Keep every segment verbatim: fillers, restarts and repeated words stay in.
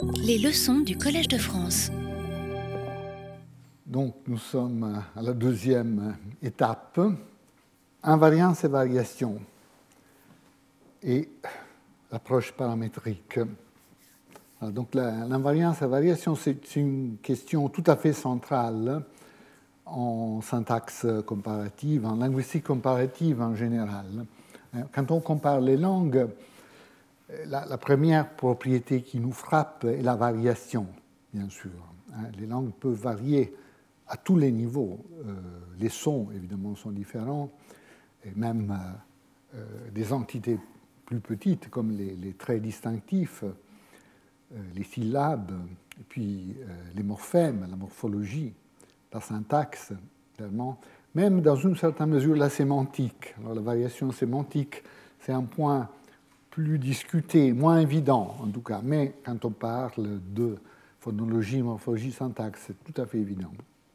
Les leçons du Collège de France. Donc, nous sommes à la deuxième étape, invariance et variation, et l'approche paramétrique. Alors, donc, la, l'invariance et la variation, c'est une question tout à fait centrale en syntaxe comparative, en linguistique comparative en général. Quand on compare les langues, la, la première propriété qui nous frappe est la variation, bien sûr. Les langues peuvent varier à tous les niveaux. Euh, les sons, évidemment, sont différents, et même euh, euh, des entités plus petites, comme les, les traits distinctifs, euh, les syllabes, et puis euh, les morphèmes, la morphologie, la syntaxe, également. Même dans une certaine mesure la sémantique. Alors, la variation sémantique, c'est un point plus discuté, moins évident en tout cas, mais quand on parle de phonologie, morphologie, syntaxe, c'est tout à fait évident.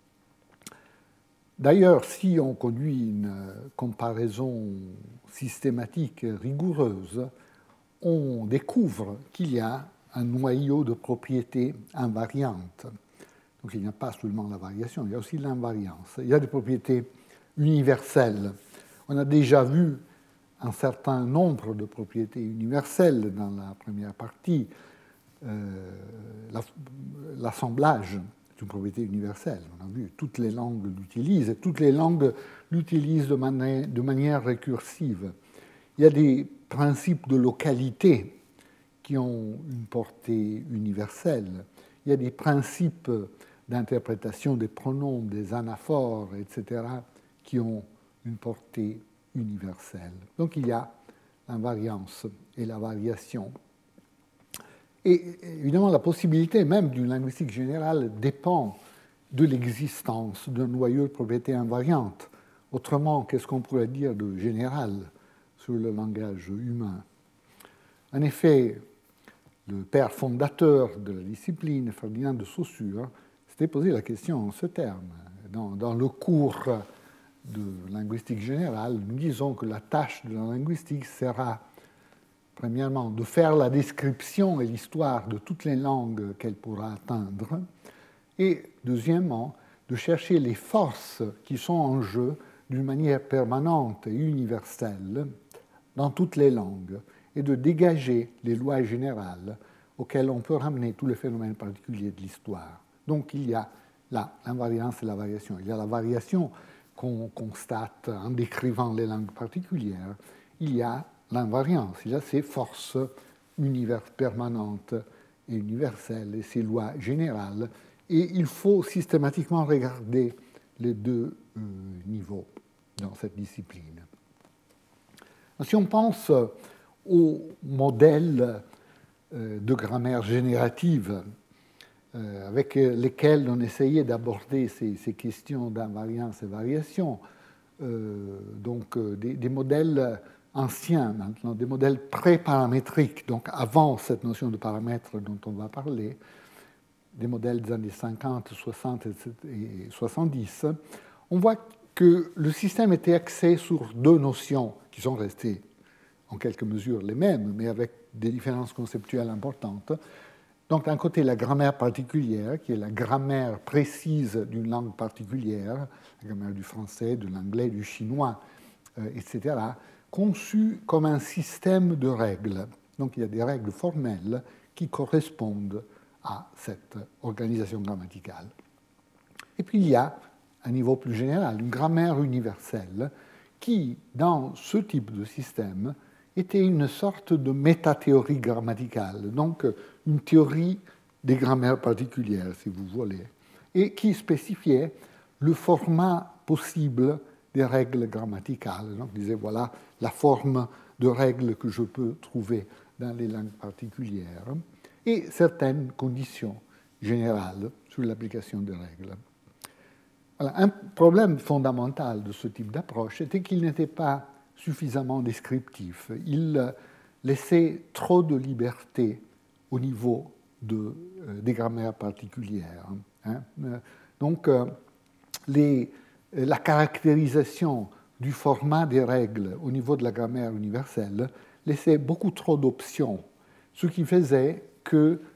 D'ailleurs, si on conduit une comparaison systématique rigoureuse, on découvre qu'il y a un noyau de propriétés invariantes. Donc il n'y a pas seulement la variation, il y a aussi l'invariance. Il y a des propriétés universelles. On a déjà vu un certain nombre de propriétés universelles dans la première partie. Euh, l'assemblage est une propriété universelle. On a vu, toutes les langues l'utilisent, et toutes les langues l'utilisent de manière, de manière récursive. Il y a des principes de localité qui ont une portée universelle. Il y a des principes d'interprétation des pronoms, des anaphores, et cetera, qui ont une portée universelle. Donc il y a l'invariance et la variation. Et évidemment, la possibilité même d'une linguistique générale dépend de l'existence d'un noyau de propriétés invariantes. Autrement, qu'est-ce qu'on pourrait dire de général sur le langage humain? En effet, le père fondateur de la discipline, Ferdinand de Saussure, s'était posé la question en ce terme. Dans, dans le cours de linguistique générale, nous disons que la tâche de la linguistique sera, premièrement, de faire la description et l'histoire de toutes les langues qu'elle pourra atteindre, et deuxièmement, de chercher les forces qui sont en jeu d'une manière permanente et universelle dans toutes les langues, et de dégager les lois générales auxquelles on peut ramener tous les phénomènes particuliers de l'histoire. Donc il y a là l'invariance et la variation. Il y a la variation qu'on constate en décrivant les langues particulières. Il y a l'invariance, il y a ces forces univers permanentes et universelles et ces lois générales. Et il faut systématiquement regarder les deux euh, niveaux dans cette discipline. Si on pense aux modèles de grammaire générative avec lesquels on essayait d'aborder ces, ces questions d'invariance et variation, euh, donc des, des modèles anciens maintenant, des modèles pré-paramétriques, donc avant cette notion de paramètre dont on va parler, des modèles des années cinquante, soixante et soixante-dix, on voit que le système était axé sur deux notions qui sont restées en quelque mesure les mêmes, mais avec des différences conceptuelles importantes. Donc, d'un côté, la grammaire particulière, qui est la grammaire précise d'une langue particulière, la grammaire du français, de l'anglais, du chinois, euh, et cetera, conçue comme un système de règles. Donc, il y a des règles formelles qui correspondent à cette organisation grammaticale. Et puis, il y a, à un niveau plus général, une grammaire universelle qui, dans ce type de système, était une sorte de métathéorie grammaticale, donc une théorie des grammaires particulières, si vous voulez, et qui spécifiait le format possible des règles grammaticales. Donc, disait, voilà la forme de règles que je peux trouver dans les langues particulières, et certaines conditions générales sur l'application des règles. Alors, un problème fondamental de ce type d'approche était qu'il n'était pas suffisamment descriptif. Il laissait trop de liberté au niveau de, euh, des grammaires particulières. Hein. Donc, euh, les, la caractérisation du format des règles au niveau de la grammaire universelle laissait beaucoup trop d'options, ce qui faisait que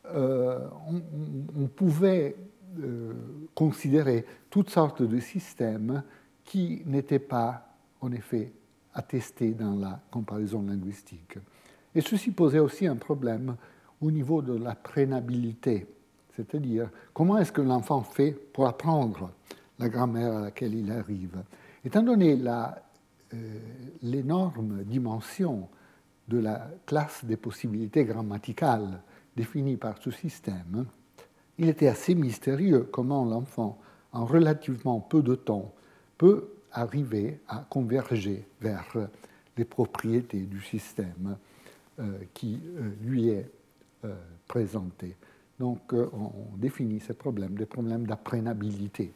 euh, on, on pouvait euh, considérer toutes sortes de systèmes qui n'étaient pas, en effet, attestés dans la comparaison linguistique. Et ceci posait aussi un problème au niveau de la prénabilité, c'est-à-dire comment est-ce que l'enfant fait pour apprendre la grammaire à laquelle il arrive. Étant donné la, euh, l'énorme dimension de la classe des possibilités grammaticales définie par ce système, il était assez mystérieux comment l'enfant, en relativement peu de temps, peut arriver à converger vers les propriétés du système euh, qui euh, lui est euh, présenté. Donc, euh, on définit ces problèmes, des problèmes d'apprénabilité.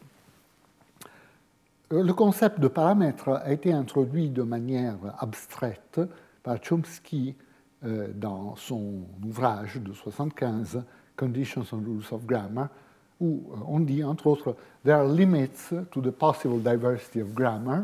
Le concept de paramètre a été introduit de manière abstraite par Chomsky euh, dans son ouvrage de soixante-quinze, Conditions and Rules of Grammar, où on dit, entre autres, there are limits to the possible diversity of grammar.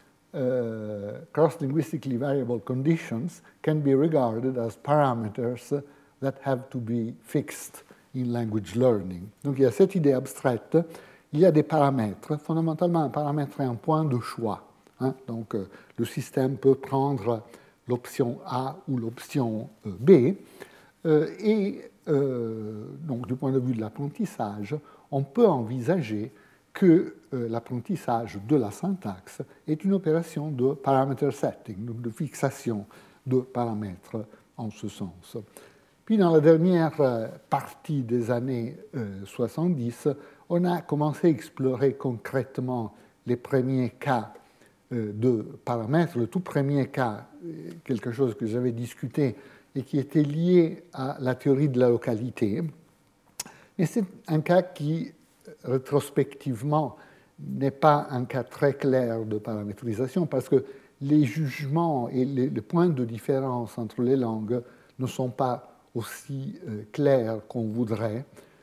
Uh, cross-linguistically variable conditions can be regarded as parameters that have to be fixed in language learning. Donc il y a cette idée abstraite, il y a des paramètres, fondamentalement un paramètre est un point de choix. Hein? Donc euh, le système peut prendre l'option A ou l'option euh, B, euh, et euh, donc du point de vue de l'apprentissage, on peut envisager que euh, l'apprentissage de la syntaxe est une opération de parameter setting, donc de fixation de paramètres en ce sens. Puis dans la dernière partie des années euh, soixante-dix, on a commencé à explorer concrètement les premiers cas euh, de paramètres. Le tout premier cas, quelque chose que j'avais discuté et qui était lié à la théorie de la localité. Et c'est un cas qui, rétrospectivement, n'est pas un cas très clair de paramétrisation parce que les jugements et les, les points de différence entre les langues ne sont pas aussi euh, clairs qu'on voudrait.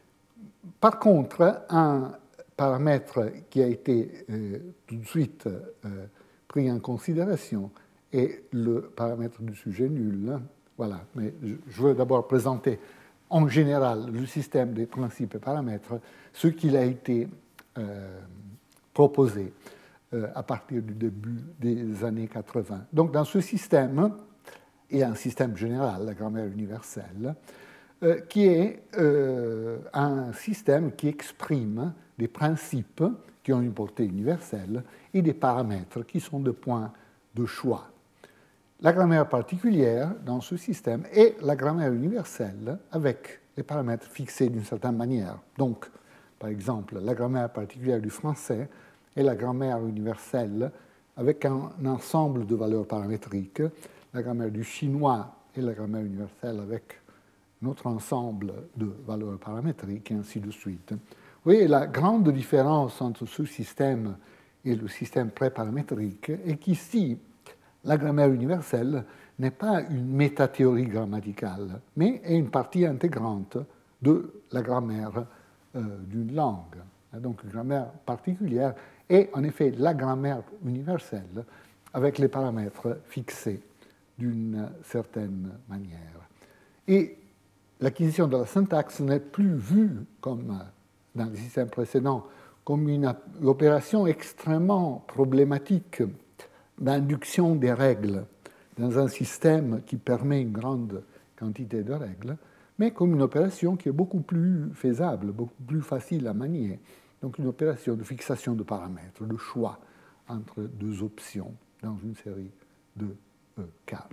Par contre, un paramètre qui a été euh, tout de suite euh, pris en considération est le paramètre du sujet nul. Voilà, mais je veux d'abord présenter en général le système des principes et paramètres, ce qu'il a été euh, proposé euh, à partir du début des années quatre-vingts. Donc dans ce système, il y a un système général, la grammaire universelle, euh, qui est euh, un système qui exprime des principes qui ont une portée universelle et des paramètres qui sont des points de choix. La grammaire particulière dans ce système est la grammaire universelle avec les paramètres fixés d'une certaine manière. Donc, par exemple, la grammaire particulière du français est la grammaire universelle avec un ensemble de valeurs paramétriques. La grammaire du chinois est la grammaire universelle avec notre ensemble de valeurs paramétriques, et ainsi de suite. Vous voyez, la grande différence entre ce système et le système pré-paramétrique est qu'ici, la grammaire universelle n'est pas une métathéorie grammaticale, mais est une partie intégrante de la grammaire euh, d'une langue. Donc une grammaire particulière est en effet la grammaire universelle avec les paramètres fixés d'une certaine manière. Et l'acquisition de la syntaxe n'est plus vue, comme dans les systèmes précédents, comme une opération extrêmement problématique d'induction des règles dans un système qui permet une grande quantité de règles, mais comme une opération qui est beaucoup plus faisable, beaucoup plus facile à manier. Donc une opération de fixation de paramètres, de choix entre deux options dans une série de euh, cas.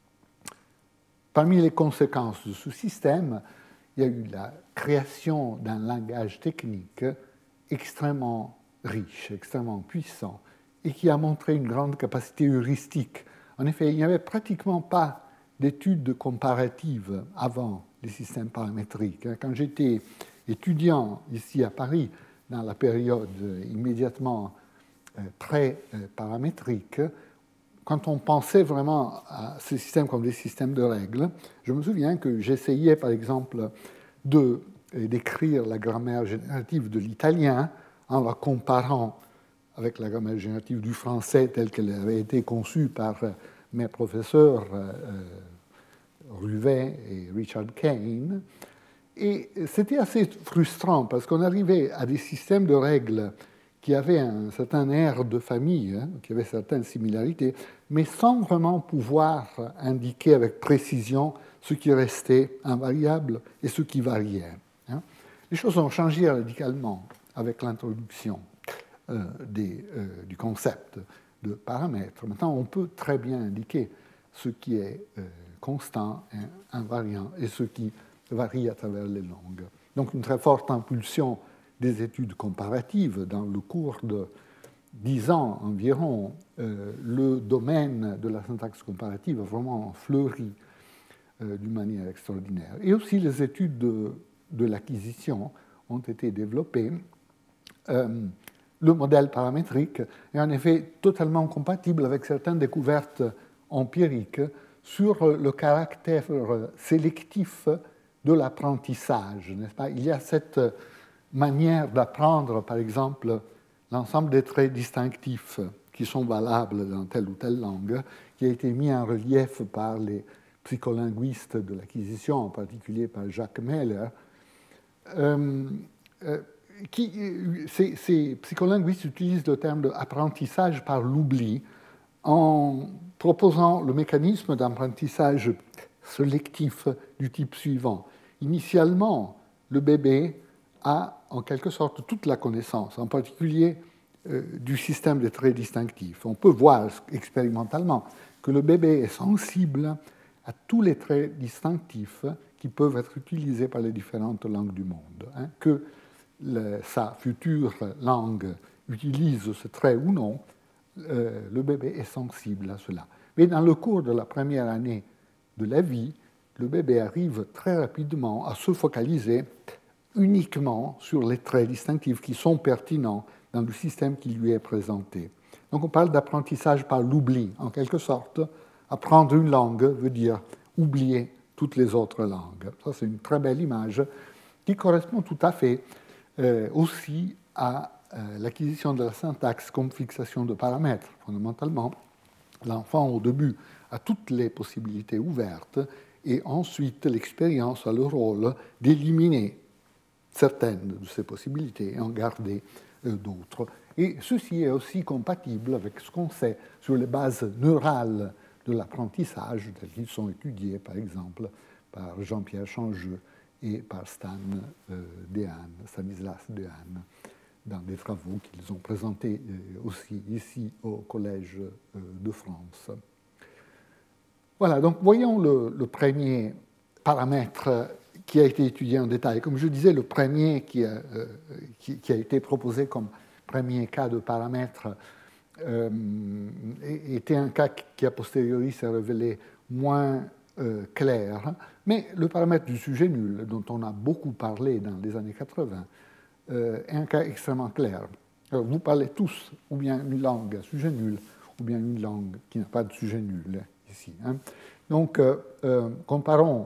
Parmi les conséquences de ce système, il y a eu la création d'un langage technique extrêmement riche, extrêmement puissant, et qui a montré une grande capacité heuristique. En effet, il n'y avait pratiquement pas d'études comparatives avant les systèmes paramétriques. Quand j'étais étudiant ici à Paris, dans la période immédiatement pré-paramétrique, quand on pensait vraiment à ces systèmes comme des systèmes de règles, je me souviens que j'essayais, par exemple, de, d'écrire la grammaire générative de l'italien en la comparant avec la grammaire générative du français telle qu'elle avait été conçue par mes professeurs euh, Ruvet et Richard Kane. Et c'était assez frustrant parce qu'on arrivait à des systèmes de règles qui avaient un certain air de famille, hein, qui avaient certaines similarités, mais sans vraiment pouvoir indiquer avec précision ce qui restait invariable et ce qui variait. Hein. Les choses ont changé radicalement avec l'introduction euh, des, euh, du concept de paramètres. Maintenant, on peut très bien indiquer ce qui est euh, constant, invariant, et ce qui varie à travers les langues. Donc, une très forte impulsion des études comparatives. Dans le cours de dix ans environ, euh, le domaine de la syntaxe comparative a vraiment fleuri euh, d'une manière extraordinaire. Et aussi, les études de, de l'acquisition ont été développées. Euh, le modèle paramétrique est en effet totalement compatible avec certaines découvertes empiriques sur le caractère sélectif de l'apprentissage, n'est-ce pas ? Il y a cette manière d'apprendre, par exemple, l'ensemble des traits distinctifs qui sont valables dans telle ou telle langue, qui a été mis en relief par les psycholinguistes de l'acquisition, en particulier par Jacques Mehler. Euh, euh, qui, ces, ces psycholinguistes utilisent le terme d'apprentissage par l'oubli en proposant le mécanisme d'apprentissage sélectif du type suivant. Initialement, le bébé a en quelque sorte toute la connaissance, en particulier euh, du système des traits distinctifs. On peut voir expérimentalement que le bébé est sensible à tous les traits distinctifs qui peuvent être utilisés par les différentes langues du monde. Hein, que le, sa future langue utilise ce trait ou non, euh, le bébé est sensible à cela. Mais dans le cours de la première année de la vie, le bébé arrive très rapidement à se focaliser uniquement sur les traits distinctifs qui sont pertinents dans le système qui lui est présenté. Donc on parle d'apprentissage par l'oubli. En quelque sorte, apprendre une langue veut dire oublier toutes les autres langues. Ça, c'est une très belle image qui correspond tout à fait euh, aussi à euh, l'acquisition de la syntaxe comme fixation de paramètres. Fondamentalement, l'enfant, au début, a toutes les possibilités ouvertes et ensuite, l'expérience a le rôle d'éliminer certaines de ces possibilités et en garder euh, d'autres. Et ceci est aussi compatible avec ce qu'on sait sur les bases neurales de l'apprentissage, telles qu'ils sont étudiées, par exemple, par Jean-Pierre Changeux et par Stan euh, Dehaene, Stanislas Dehaene, dans des travaux qu'ils ont présentés euh, aussi ici au Collège euh, de France. Voilà, donc voyons le, le premier paramètre qui a été étudié en détail. Comme je disais, le premier qui a, euh, qui, qui a été proposé comme premier cas de paramètre euh, était un cas qui, a posteriori, s'est révélé moins euh, clair, mais le paramètre du sujet nul, dont on a beaucoup parlé dans les années quatre-vingts, euh, est un cas extrêmement clair. Alors, vous parlez tous ou bien une langue à sujet nul, ou bien une langue qui n'a pas de sujet nul. Ici, hein. Donc, euh, euh, comparons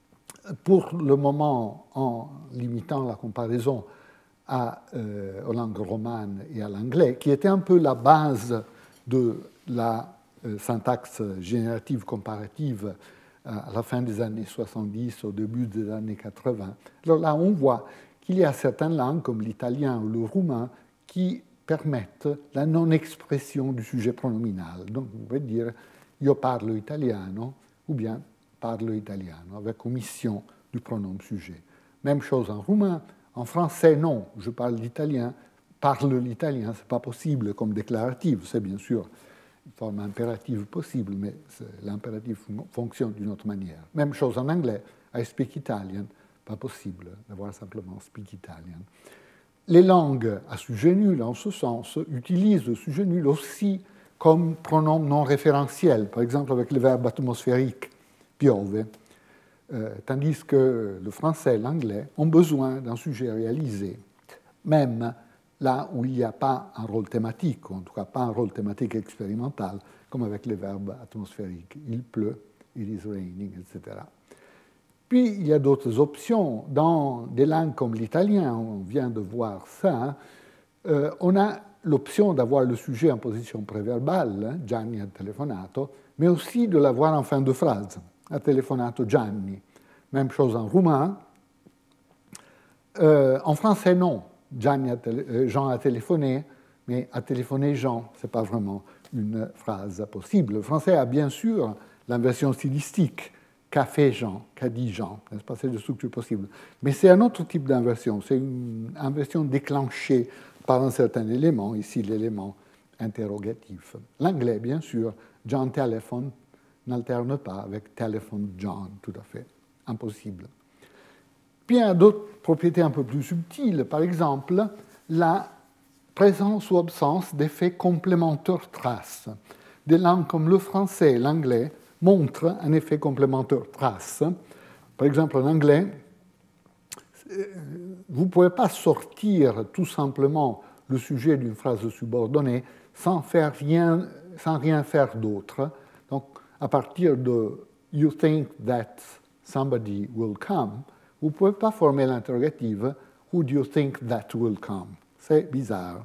pour le moment, en limitant la comparaison à, euh, aux langues romanes et à l'anglais, qui était un peu la base de la euh, syntaxe générative comparative à la fin des années soixante-dix, au début des années quatre-vingts. Alors là, on voit qu'il y a certaines langues, comme l'italien ou le roumain, qui permettent la non-expression du sujet pronominal. Donc, vous pouvez dire io parlo italiano ou bien parlo italiano, avec omission du pronom sujet. Même chose en roumain. En français, non, je parle l'italien, parle l'italien, ce n'est pas possible comme déclarative, c'est bien sûr une forme impérative possible, mais l'impératif fonctionne d'une autre manière. Même chose en anglais, I speak Italian, pas possible d'avoir simplement speak Italian. Les langues à sujet nul, en ce sens, utilisent le sujet nul aussi comme pronom non référentiel, par exemple avec le verbe atmosphérique, piove, euh, tandis que le français et l'anglais ont besoin d'un sujet réalisé, même là où il n'y a pas un rôle thématique, ou en tout cas pas un rôle thématique expérimental, comme avec les verbes atmosphériques. Il pleut, it is raining, et cetera. Puis, il y a d'autres options. Dans des langues comme l'italien, on vient de voir ça, euh, on a l'option d'avoir le sujet en position préverbale, Gianni ha telefonato, mais aussi de l'avoir en fin de phrase, ha telefonato Gianni. Même chose en roumain, Euh, en français, non. Jean a, télé- euh, Jean a téléphoné, mais a téléphoné Jean, ce n'est pas vraiment une phrase possible. Le français a bien sûr l'inversion stylistique, qu'a fait Jean, qu'a dit Jean, n'est-ce pas, c'est de structure possible. Mais c'est un autre type d'inversion, c'est une inversion déclenchée par un certain élément, ici l'élément interrogatif. L'anglais, bien sûr, John telephone n'alterne pas avec telephone John, tout à fait, impossible. Puis il y a d'autres propriétés un peu plus subtiles, par exemple, la présence ou absence d'effets complémentaires traces. Des langues comme le français et l'anglais montrent un effet complémentaire trace. Par exemple, en anglais, vous ne pouvez pas sortir tout simplement le sujet d'une phrase subordonnée sans, faire rien, sans rien faire d'autre. Donc, à partir de « you think that somebody will come », vous ne pouvez pas former l'interrogative « who do you think that will come ». C'est bizarre.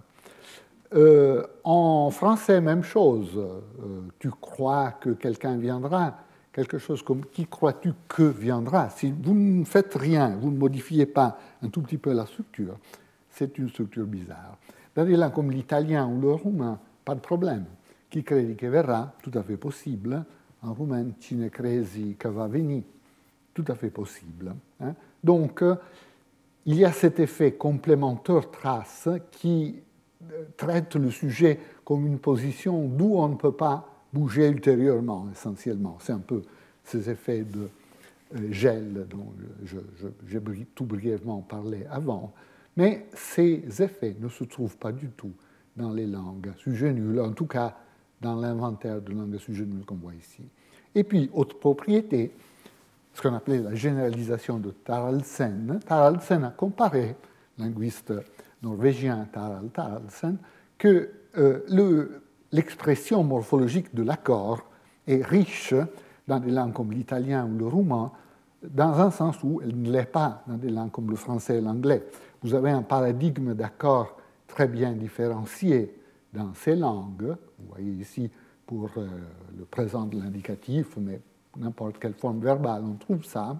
Euh, en français, même chose. Euh, tu crois que quelqu'un viendra, quelque chose comme qui crois-tu que viendra. Si vous ne faites rien, vous ne modifiez pas un tout petit peu la structure, c'est une structure bizarre. Dans des langues comme l'italien ou le roumain, pas de problème. Chi credi che verrà, tout à fait possible. En roumain, ci ne crezi che va venir, tout à fait possible. Hein. Donc, euh, il y a cet effet complémentaire trace qui traite le sujet comme une position d'où on ne peut pas bouger ultérieurement, essentiellement. C'est un peu ces effets de euh, gel dont je, je, j'ai tout brièvement parlé avant. Mais ces effets ne se trouvent pas du tout dans les langues à sujet nul, en tout cas dans l'inventaire de langues à sujet nul qu'on voit ici. Et puis, autre propriété, ce qu'on appelait la généralisation de Taraldsen. Taraldsen a comparé, linguiste norvégien Tarald Taraldsen, que euh, le, l'expression morphologique de l'accord est riche dans des langues comme l'italien ou le roumain, dans un sens où elle ne l'est pas dans des langues comme le français et l'anglais. Vous avez un paradigme d'accord très bien différencié dans ces langues. Vous voyez ici pour euh, le présent de l'indicatif, mais n'importe quelle forme verbale, on trouve ça.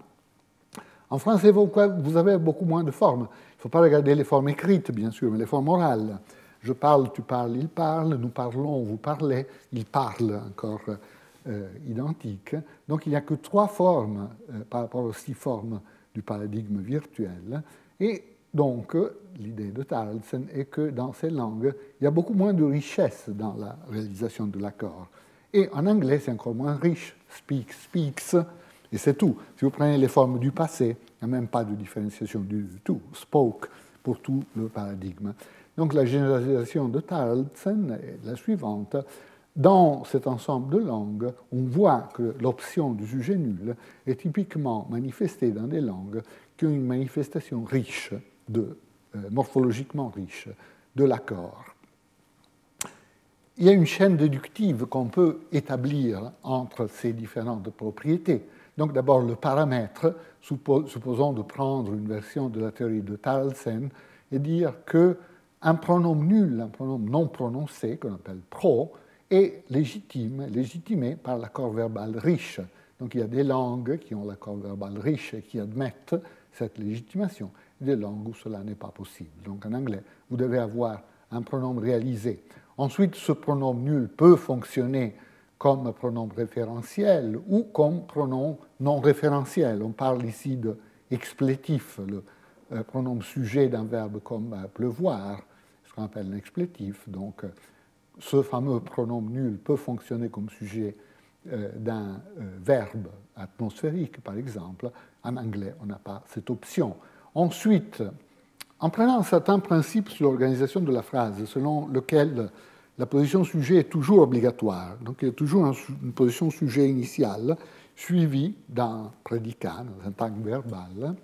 En français, vous avez beaucoup moins de formes. Il ne faut pas regarder les formes écrites, bien sûr, mais les formes orales. Je parle, tu parles, il parle, nous parlons, vous parlez, il parle, encore euh, identique. Donc il n'y a que trois formes euh, par rapport aux six formes du paradigme virtuel. Et donc, l'idée de Taraldsen est que dans ces langues, il y a beaucoup moins de richesse dans la réalisation de l'accord. Et en anglais, c'est encore moins riche. Speak, speaks, et c'est tout. Si vous prenez les formes du passé, il n'y a même pas de différenciation du tout. Spoke pour tout le paradigme. Donc la généralisation de Taraldsen est la suivante. Dans cet ensemble de langues, on voit que l'option du sujet nul est typiquement manifestée dans des langues qui ont une manifestation riche, de, euh, morphologiquement riche, de l'accord. Il y a une chaîne déductive qu'on peut établir entre ces différentes propriétés. Donc d'abord le paramètre, supposons de prendre une version de la théorie de Taraldsen et dire qu'un pronom nul, un pronom non prononcé, qu'on appelle pro, est légitime, légitimé par l'accord verbal riche. Donc il y a des langues qui ont l'accord verbal riche et qui admettent cette légitimation, et des langues où cela n'est pas possible. Donc en anglais, vous devez avoir un pronom réalisé. Ensuite, ce pronom nul peut fonctionner comme pronom référentiel ou comme pronom non référentiel. On parle ici d'explétif, le euh, pronom sujet d'un verbe comme euh, pleuvoir, ce qu'on appelle un explétif. Donc, euh, ce fameux pronom nul peut fonctionner comme sujet euh, d'un euh, verbe atmosphérique, par exemple. En anglais, on n'a pas cette option. Ensuite, en prenant un certain principe sur l'organisation de la phrase, selon lequel la position sujet est toujours obligatoire, donc il y a toujours une position sujet initiale, suivie d'un prédicat, d'un syntagme verbal,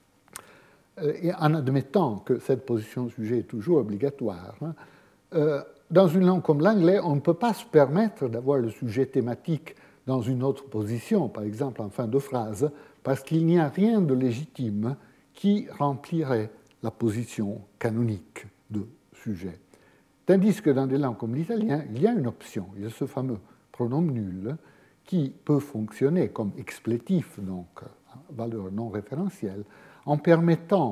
et en admettant que cette position sujet est toujours obligatoire, dans une langue comme l'anglais, on ne peut pas se permettre d'avoir le sujet thématique dans une autre position, par exemple en fin de phrase, parce qu'il n'y a rien de légitime qui remplirait la position canonique de sujet. Tandis que dans des langues comme l'italien, il y a une option, il y a ce fameux pronom nul qui peut fonctionner comme explétif, donc valeur non référentielle, en permettant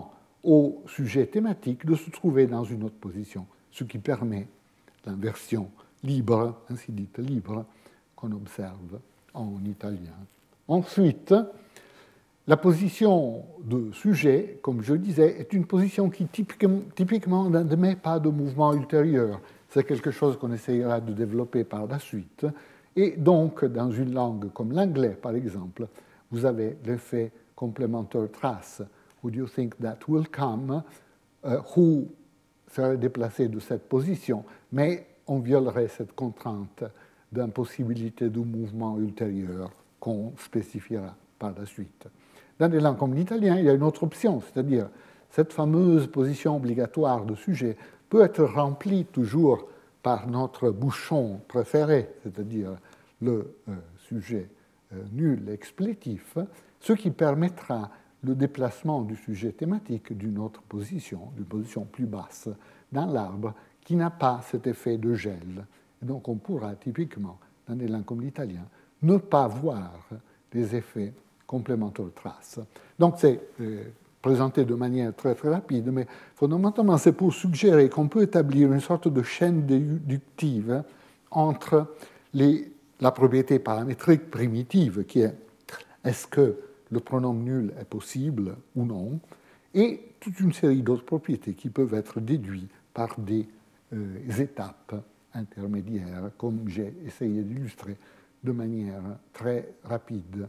au sujet thématique de se trouver dans une autre position, ce qui permet l'inversion libre, ainsi dite libre, qu'on observe en italien. Ensuite, la position de sujet, comme je disais, est une position qui typiquement, typiquement n'admet pas de mouvement ultérieur. C'est quelque chose qu'on essayera de développer par la suite. Et donc, dans une langue comme l'anglais, par exemple, vous avez l'effet complémentaire trace. Would you think that will come? Uh, who serait déplacé de cette position, mais on violerait cette contrainte d'impossibilité de mouvement ultérieur qu'on spécifiera par la suite. Dans des langues comme l'italien, il y a une autre option, c'est-à-dire cette fameuse position obligatoire de sujet peut être remplie toujours par notre bouchon préféré, c'est-à-dire le euh, sujet euh, nul explétif, ce qui permettra le déplacement du sujet thématique d'une autre position, d'une position plus basse dans l'arbre, qui n'a pas cet effet de gel. Et donc on pourra typiquement, dans des langues comme l'italien, ne pas voir des effets complémentaires traces. Donc c'est euh, présenté de manière très très rapide, mais fondamentalement c'est pour suggérer qu'on peut établir une sorte de chaîne déductive entre les, la propriété paramétrique primitive, qui est est-ce que le pronom nul est possible ou non, et toute une série d'autres propriétés qui peuvent être déduites par des euh, étapes intermédiaires, comme j'ai essayé d'illustrer de manière très rapide.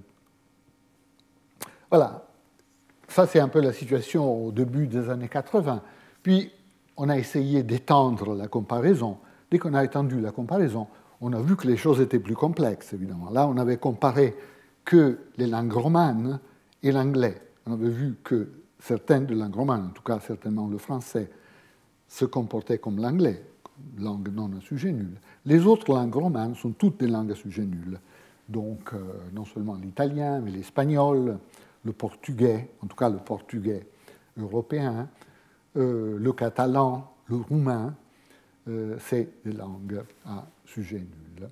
Voilà, ça c'est un peu la situation au début des années quatre-vingts. Puis on a essayé d'étendre la comparaison. Dès qu'on a étendu la comparaison, on a vu que les choses étaient plus complexes, évidemment. Là, on avait comparé que les langues romanes et l'anglais. On avait vu que certaines des langues romanes, en tout cas certainement le français, se comportaient comme l'anglais, langue non à sujet nul. Les autres langues romanes sont toutes des langues à sujet nul. Donc, euh, non seulement l'italien, mais l'espagnol, le portugais, en tout cas le portugais européen, euh, le catalan, le roumain, euh, c'est des langues à sujet nul.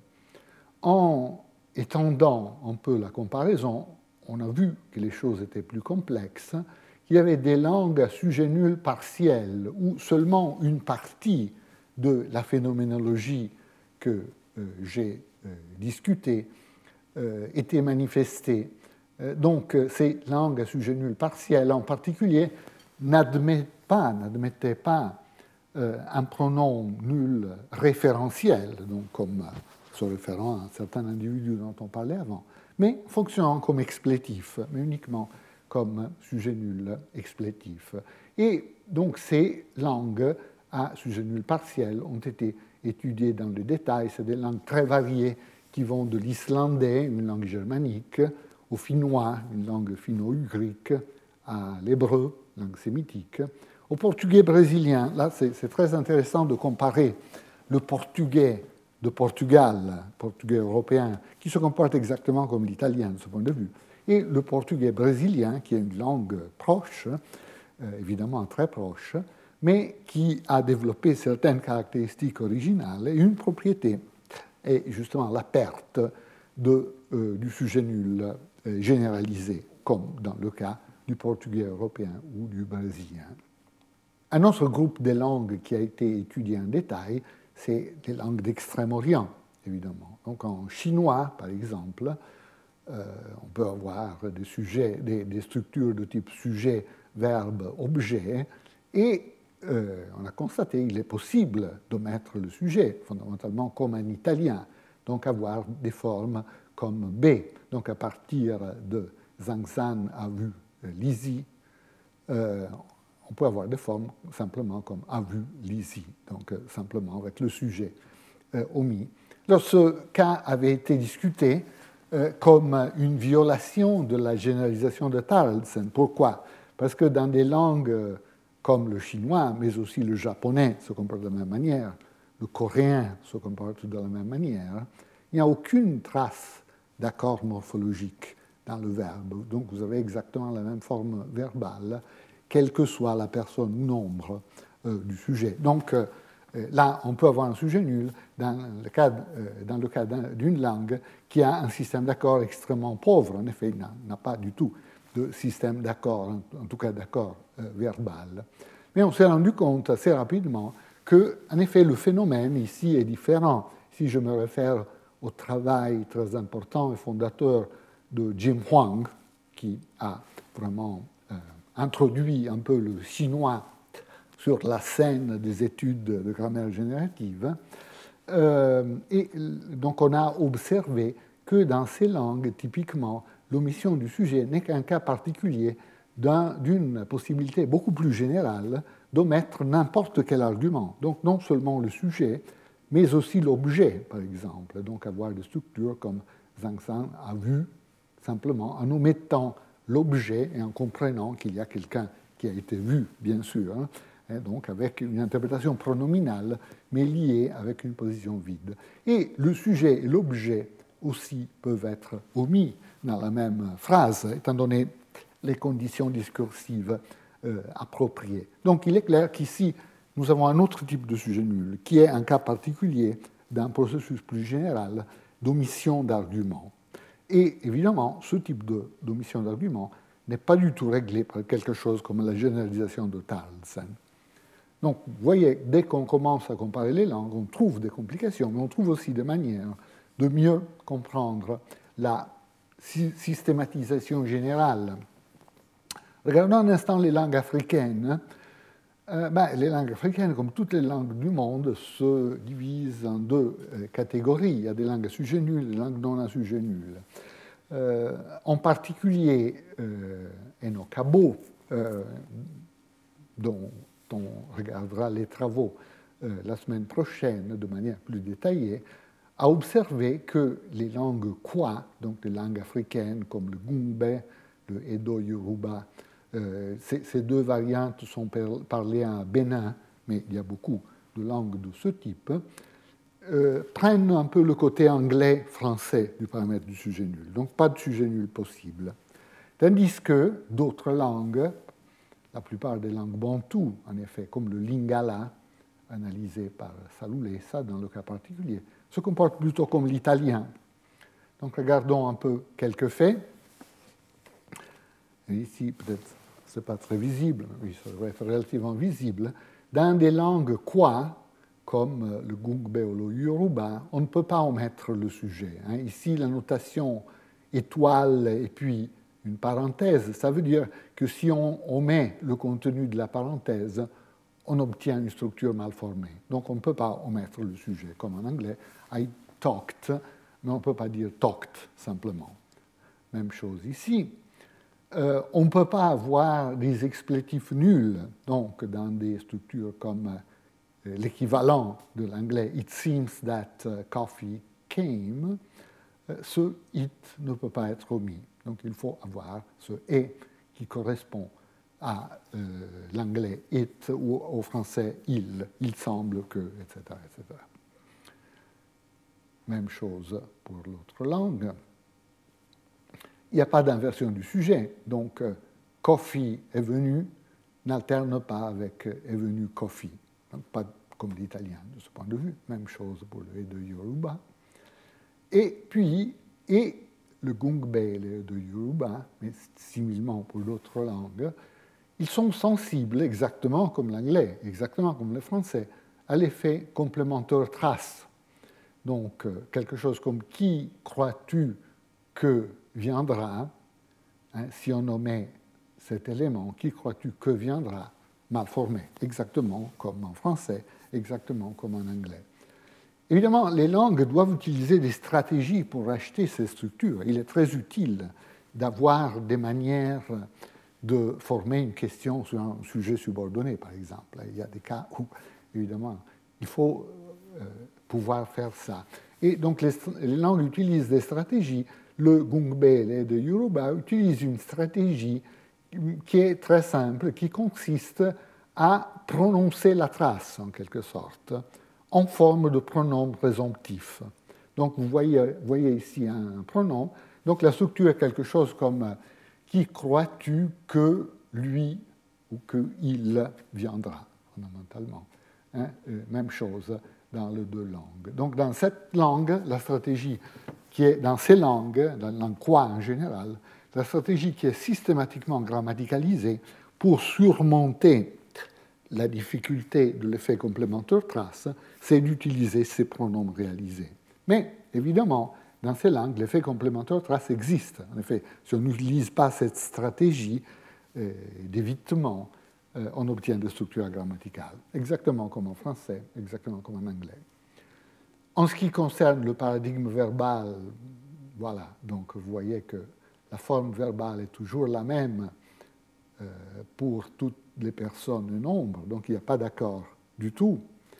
En étendant un peu la comparaison, on a vu que les choses étaient plus complexes, qu'il y avait des langues à sujet nul partiel, où seulement une partie de la phénoménologie que euh, j'ai euh, discutée euh, était manifestée. Euh, donc ces langues à sujet nul partiel en particulier n'admettaient pas, n'admettaient pas euh, un pronom nul référentiel, donc comme euh, se référant à un certain individu dont on parlait avant, mais fonctionnant comme explétif, mais uniquement comme sujet nul explétif. Et donc ces langues à sujet nul partiel ont été étudiées dans le détail. C'est des langues très variées qui vont de l'islandais, une langue germanique, au finnois, une langue finno-ugrique, à l'hébreu, langue sémitique, au portugais brésilien. Là, c'est, c'est très intéressant de comparer le portugais de Portugal, portugais européen, qui se comporte exactement comme l'italien de ce point de vue, et le portugais brésilien, qui est une langue proche, euh, évidemment très proche, mais qui a développé certaines caractéristiques originales et une propriété est justement la perte de, euh, du sujet nul euh, généralisé, comme dans le cas du portugais européen ou du brésilien. Un autre groupe de langues qui a été étudié en détail, c'est les langues d'Extrême-Orient, évidemment. Donc en chinois, par exemple, euh, on peut avoir des, sujets, des, des structures de type sujet, verbe, objet, et euh, on a constaté qu'il est possible de mettre le sujet, fondamentalement comme en italien, donc avoir des formes comme B. Donc à partir de Zhang Zhan a vu Lisi, euh, on peut avoir des formes simplement comme a vu Lisi, donc euh, simplement avec le sujet euh, omis. Alors ce cas avait été discuté euh, comme une violation de la généralisation de Tarleton. Pourquoi? Parce que dans des langues euh, comme le chinois, mais aussi le japonais se comporte de la même manière, le coréen se comporte de la même manière, il n'y a aucune trace d'accord morphologique dans le verbe. Donc vous avez exactement la même forme verbale, quelle que soit la personne ou nombre euh, du sujet. Donc euh, là, on peut avoir un sujet nul dans le cas, euh, dans le cas d'une langue qui a un système d'accord extrêmement pauvre. En effet, il n'a, n'a pas du tout de système d'accords, en tout cas d'accords euh, verbal. Mais on s'est rendu compte assez rapidement que, en effet, le phénomène ici est différent. Si je me réfère au travail très important et fondateur de Jim Huang, qui a vraiment euh, introduit un peu le chinois sur la scène des études de grammaire générative. Euh, et donc on a observé que dans ces langues, typiquement, l'omission du sujet n'est qu'un cas particulier d'un, d'une possibilité beaucoup plus générale d'omettre n'importe quel argument. Donc non seulement le sujet, mais aussi l'objet, par exemple. Donc avoir des structures comme Zhang San a vu, simplement en omettant l'objet et en comprenant qu'il y a quelqu'un qui a été vu, bien sûr, hein, et donc avec une interprétation pronominale, mais liée avec une position vide. Et le sujet et l'objet aussi peuvent être omis dans la même phrase, étant donné les conditions discursives euh, appropriées. Donc il est clair qu'ici, nous avons un autre type de sujet nul, qui est un cas particulier d'un processus plus général d'omission d'arguments. Et évidemment, ce type de, d'omission d'arguments n'est pas du tout réglé par quelque chose comme la généralisation de Tarlsen. Donc, vous voyez, dès qu'on commence à comparer les langues, on trouve des complications, mais on trouve aussi des manières de mieux comprendre la systématisation générale. Regardons un instant les langues africaines. Euh, ben, les langues africaines, comme toutes les langues du monde, se divisent en deux euh, catégories. Il y a des langues à sujet nul et des langues non à sujet nul. Euh, en particulier, euh, Eno Kabo, euh, dont on regardera les travaux euh, la semaine prochaine de manière plus détaillée, a observé que les langues Kwa, donc les langues africaines comme le Gungbe, le Edo-Yoruba, euh, ces, ces deux variantes sont parlées à Bénin, mais il y a beaucoup de langues de ce type, euh, prennent un peu le côté anglais-français du paramètre du sujet nul. Donc pas de sujet nul possible. Tandis que d'autres langues, la plupart des langues bantoues, en effet, comme le lingala, analysé par Salulesa dans le cas particulier, se comportent plutôt comme l'italien. Donc regardons un peu quelques faits. Et ici, peut-être, ce n'est pas très visible, mais oui, ça devrait être relativement visible. Dans des langues Kwa, comme le Gungbe ou le Yoruba, on ne peut pas omettre le sujet. Hein. Ici, la notation étoile et puis une parenthèse, ça veut dire que si on omet le contenu de la parenthèse, on obtient une structure mal formée. Donc on ne peut pas omettre le sujet, comme en anglais, I talked, mais on ne peut pas dire talked simplement. Même chose ici. Euh, on ne peut pas avoir des explétifs nuls, donc dans des structures comme euh, l'équivalent de l'anglais It seems that coffee came, euh, ce it ne peut pas être omis. Donc il faut avoir ce et qui correspond à euh, l'anglais it ou au français il, il semble que, et cetera, et cetera. Même chose pour l'autre langue. Il n'y a pas d'inversion du sujet, donc euh, coffee est venu n'alterne pas avec euh, est venu coffee. Donc, pas comme l'italien de ce point de vue, même chose pour le de Yoruba. Et puis, et le Gungbe et le de Yoruba, mais similement pour d'autres langues, ils sont sensibles exactement comme l'anglais, exactement comme le français, à l'effet complémentaire trace. Donc, euh, quelque chose comme qui crois-tu que viendra, hein, si on omet cet élément, qui crois-tu que viendra, mal formé, exactement comme en français, exactement comme en anglais. Évidemment, les langues doivent utiliser des stratégies pour acheter ces structures. Il est très utile d'avoir des manières de former une question sur un sujet subordonné, par exemple. Il y a des cas où, évidemment, il faut euh, pouvoir faire ça. Et donc, les, les langues utilisent des stratégies. Le Gungbe et le Yoruba utilisent une stratégie qui est très simple, qui consiste à prononcer la trace, en quelque sorte, en forme de pronom présomptif. Donc, vous voyez, voyez ici un pronom. Donc, la structure est quelque chose comme « Qui crois-tu que lui ou que il viendra ?» fondamentalement. Hein, même chose dans les deux langues. Donc, dans cette langue, la stratégie qui est dans ces langues, dans la langue Kwa en général, la stratégie qui est systématiquement grammaticalisée pour surmonter la difficulté de l'effet complémentaire trace, c'est d'utiliser ces pronoms réalisés. Mais évidemment, dans ces langues, l'effet complémentaire trace existe. En effet, si on n'utilise pas cette stratégie euh, d'évitement, euh, on obtient des structures grammaticales, exactement comme en français, exactement comme en anglais. En ce qui concerne le paradigme verbal, voilà, donc vous voyez que la forme verbale est toujours la même euh, pour toutes les personnes nombres, donc il n'y a pas d'accord du tout.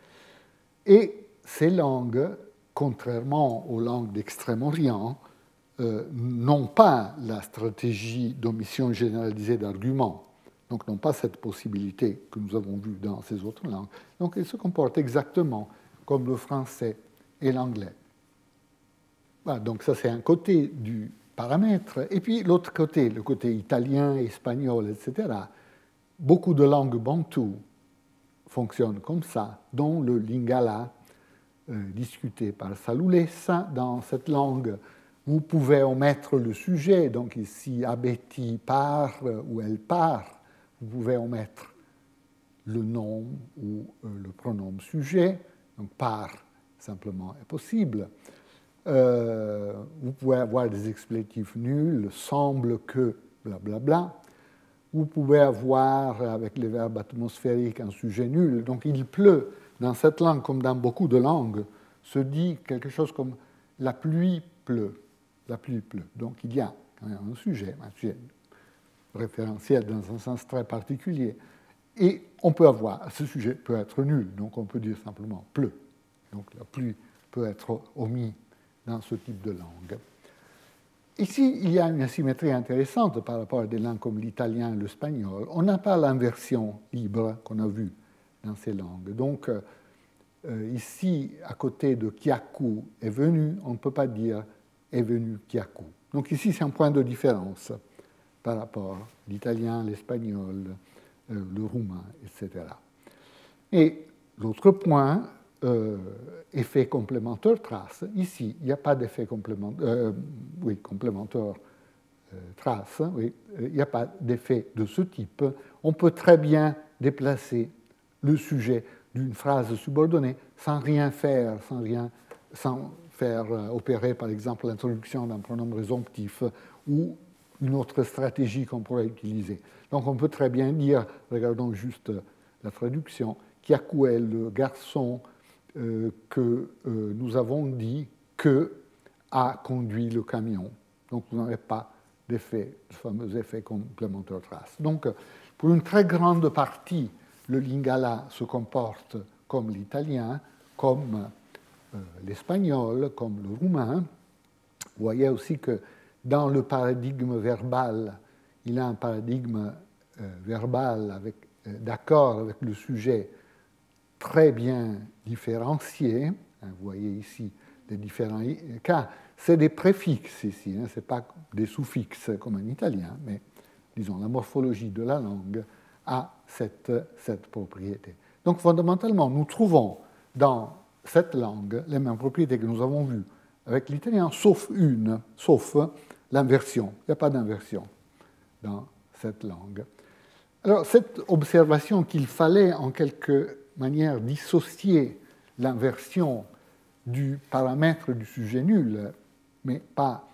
Et ces langues, contrairement aux langues d'Extrême-Orient, euh, n'ont pas la stratégie d'omission généralisée d'arguments, donc n'ont pas cette possibilité que nous avons vue dans ces autres langues. Donc elles se comportent exactement comme le français et l'anglais. Voilà, donc ça c'est un côté du paramètre. Et puis l'autre côté, le côté italien, espagnol, et cetera, beaucoup de langues bantoues fonctionnent comme ça, dont le lingala, euh, discuté par Salulessa. Dans cette langue, vous pouvez omettre le sujet, donc ici, Abeti part ou elle part, vous pouvez omettre le nom ou euh, le pronom sujet, donc part simplement est possible. Euh, vous pouvez avoir des explétifs nuls, semble que, blablabla. Bla bla. Vous pouvez avoir, avec les verbes atmosphériques, un sujet nul. Donc il pleut. Dans cette langue, comme dans beaucoup de langues, se dit quelque chose comme « la pluie pleut ». La pluie pleut. Donc il y a un sujet, un sujet référentiel dans un sens très particulier. Et on peut avoir, ce sujet peut être nul, donc on peut dire simplement « pleut ». Donc la pluie peut être omis dans ce type de langue. Ici, il y a une asymétrie intéressante par rapport à des langues comme l'italien et l'espagnol. On n'a pas l'inversion libre qu'on a vue dans ces langues. Donc, euh, ici, à côté de Kyaku est venu, on ne peut pas dire est venu Kyaku. Donc ici, c'est un point de différence par rapport à l'italien, l'espagnol, euh, le roumain, et cetera. Et l'autre point, Euh, effet complémentaire trace. Ici, il n'y a pas d'effet complémentaire, euh, oui, complémentaire euh, trace, oui, il n'y a pas d'effet de ce type. On peut très bien déplacer le sujet d'une phrase subordonnée sans rien faire, sans, rien, sans faire euh, opérer, par exemple, l'introduction d'un pronom résomptif ou une autre stratégie qu'on pourrait utiliser. Donc, on peut très bien dire, regardons juste la traduction, Kyaku est le garçon Euh, que euh, nous avons dit que a conduit le camion. Donc vous n'aurez pas d'effet, le fameux effet complémentaire trace. Donc pour une très grande partie, le lingala se comporte comme l'italien, comme euh, l'espagnol, comme le roumain. Vous voyez aussi que dans le paradigme verbal, il y a un paradigme euh, verbal avec, euh, d'accord avec le sujet très bien différenciés. Vous voyez ici les différents cas. C'est des préfixes ici, hein, ce n'est pas des suffixes comme en italien, mais disons la morphologie de la langue a cette, cette propriété. Donc fondamentalement, nous trouvons dans cette langue les mêmes propriétés que nous avons vues avec l'italien, sauf une, sauf l'inversion. Il n'y a pas d'inversion dans cette langue. Alors cette observation qu'il fallait en quelque manière dissocier l'inversion du paramètre du sujet nul, mais pas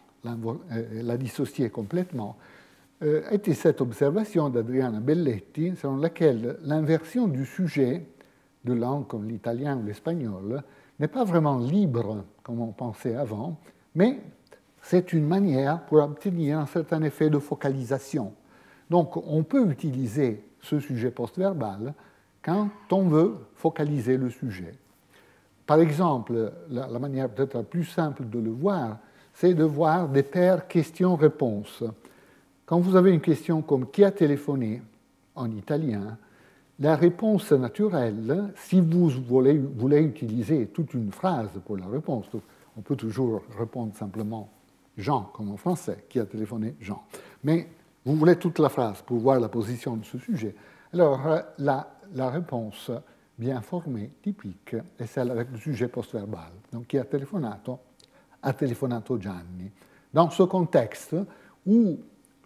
la dissocier complètement, était cette observation d'Adriana Belletti, selon laquelle l'inversion du sujet de langue comme l'italien ou l'espagnol n'est pas vraiment libre, comme on pensait avant, mais c'est une manière pour obtenir un certain effet de focalisation. Donc on peut utiliser ce sujet post-verbal quand on veut focaliser le sujet. Par exemple, la, la manière peut-être la plus simple de le voir, c'est de voir des paires questions-réponses. Quand vous avez une question comme « qui a téléphoné ?» en italien, la réponse naturelle, si vous voulez, voulez utiliser toute une phrase pour la réponse, on peut toujours répondre simplement « Jean » comme en français, « qui a téléphoné Jean ?» Mais vous voulez toute la phrase pour voir la position de ce sujet. Alors, la, la réponse bien formée, typique, è celle avec le sujet post-verbal. Donc, chi ha telefonato, ha telefonato Gianni. Dans ce contexte où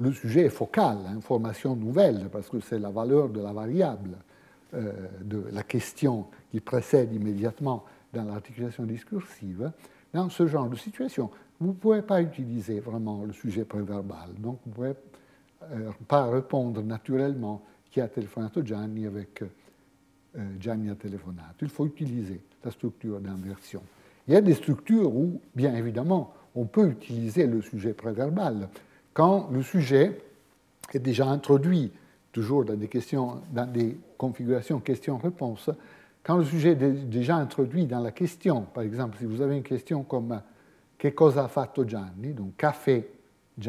le sujet est focal, information nouvelle, parce que c'est la valeur de la variable euh, de la question qui précède immédiatement dans l'articulation discursive. Dans ce genre de situation, vous ne pouvez pas utiliser vraiment le sujet préverbal. Donc, vous ne pouvez euh, pas répondre naturellement chi ha telefonato Gianni avec euh, Gianni a telefonato. Il faut utiliser la structure d'inversion. Il y a des structures où, bien évidemment, on peut utiliser le sujet préverbal quand le sujet est déjà introduit, toujours dans des, questions, dans des configurations questions-réponses, quand le sujet est déjà introduit dans la question. Par exemple, si vous avez une question comme « Che cosa ha fatto Gianni ?», donc « Qu'a fait Gianni ?»,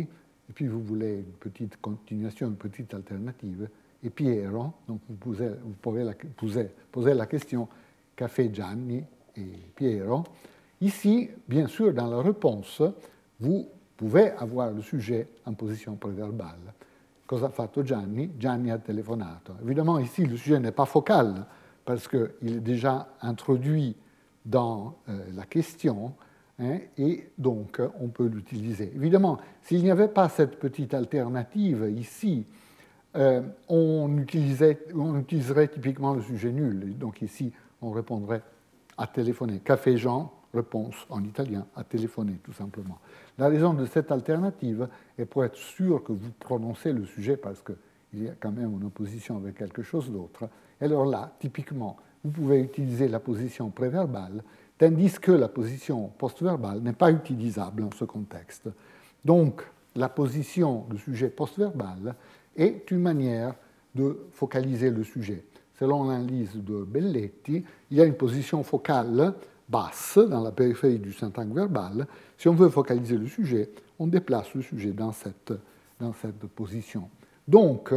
et puis vous voulez une petite continuation, une petite alternative, et Piero, donc vous, posez, vous pouvez la, poser, poser la question « Qu'a fait Gianni ?» et Piero. Ici, bien sûr, dans la réponse, vous pouvez avoir le sujet en position préverbale. Cosa ha fatto Gianni? Gianni a telefonato. Évidemment, ici, le sujet n'est pas focal, parce qu'il est déjà introduit dans euh, la question, hein, et donc on peut l'utiliser. Évidemment, s'il n'y avait pas cette petite alternative ici, euh, on, utilisait, on utiliserait typiquement le sujet nul. Donc ici, on répondrait à téléphoner. Café Jean, réponse en italien, à téléphoner, tout simplement. La raison de cette alternative est pour être sûr que vous prononcez le sujet, parce qu'il y a quand même une opposition avec quelque chose d'autre. Et alors là, typiquement, vous pouvez utiliser la position préverbale, tandis que la position postverbale n'est pas utilisable dans ce contexte. Donc, la position du sujet postverbal est une manière de focaliser le sujet. Selon l'analyse de Belletti, il y a une position focale basse dans la périphérie du syntagme verbal. Si on veut focaliser le sujet, on déplace le sujet dans cette, dans cette position. Donc,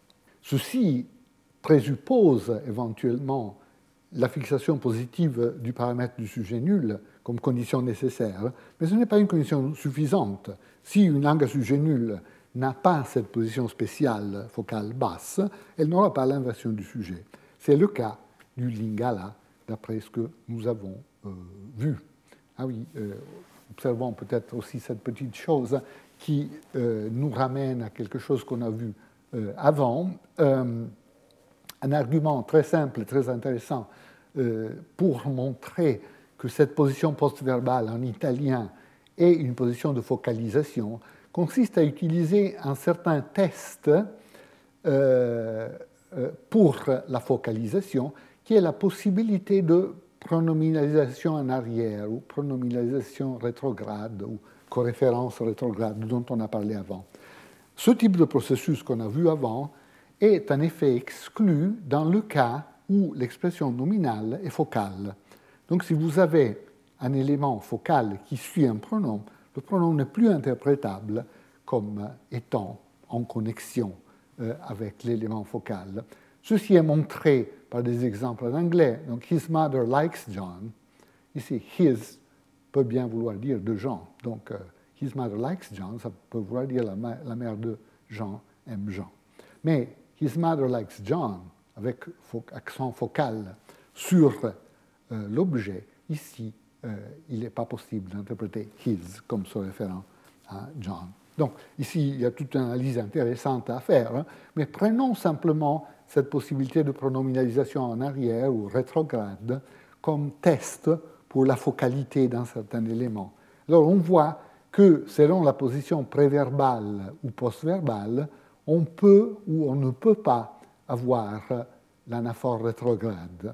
ceci présuppose éventuellement la fixation positive du paramètre du sujet nul comme condition nécessaire, mais ce n'est pas une condition suffisante. Si une langue à sujet nul n'a pas cette position spéciale focale basse, elle n'aura pas l'inversion du sujet. C'est le cas du lingala, d'après ce que nous avons euh, vu. Ah oui, euh, observons peut-être aussi cette petite chose qui euh, nous ramène à quelque chose qu'on a vu euh, avant. Euh, un argument très simple et très intéressant euh, pour montrer que cette position postverbale en italien est une position de focalisation consiste à utiliser un certain test euh, pour la focalisation, qui est la possibilité de pronominalisation en arrière ou pronominalisation rétrograde ou coréférence rétrograde dont on a parlé avant. Ce type de processus qu'on a vu avant est en effet exclu dans le cas où l'expression nominale est focale. Donc si vous avez un élément focal qui suit un pronom, le pronom n'est plus interprétable comme étant en connexion avec l'élément focal. Ceci est montré par des exemples en anglais. Donc, his mother likes John. Ici, his peut bien vouloir dire de Jean. Donc, uh, his mother likes John, ça peut vouloir dire la, ma- la mère de Jean aime Jean. Mais his mother likes John, avec fo- accent focal sur euh, l'objet, ici, euh, il n'est pas possible d'interpréter his comme se référant à John. Donc, ici, il y a toute une analyse intéressante à faire, hein, mais prenons simplement cette possibilité de pronominalisation en arrière ou rétrograde comme test pour la focalité d'un certain élément. Alors, on voit que selon la position préverbale ou postverbale, on peut ou on ne peut pas avoir l'anaphore rétrograde.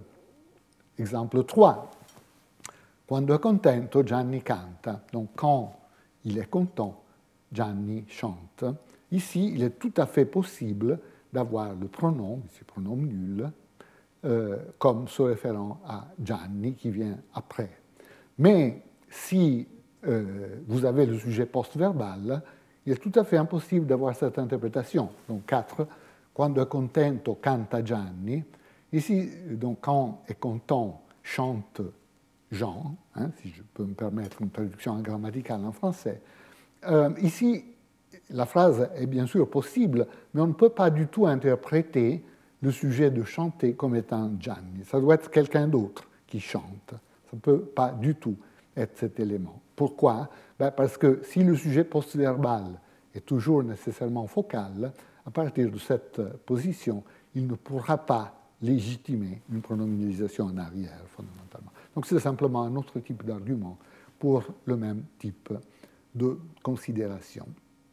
Exemple trois. Quando è contento, Gianni canta. Donc, quand il est content, Gianni chante. Ici, il est tout à fait possible d'avoir le pronom, ici pronom nul, euh, comme se référant à Gianni qui vient après. Mais si euh, vous avez le sujet post-verbal, il est tout à fait impossible d'avoir cette interprétation. Donc quatre, quando è contento canta Gianni. Ici, donc quand est content chante Jean, hein, si je peux me permettre une traduction grammaticale en français. Euh, ici, la phrase est bien sûr possible, mais on ne peut pas du tout interpréter le sujet de chanter comme étant Gianni. Ça doit être quelqu'un d'autre qui chante. Ça ne peut pas du tout être cet élément. Pourquoi ? Ben parce que si le sujet postverbal est toujours nécessairement focal, à partir de cette position, il ne pourra pas légitimer une pronominalisation en arrière, fondamentalement. Donc c'est simplement un autre type d'argument pour le même type de considération.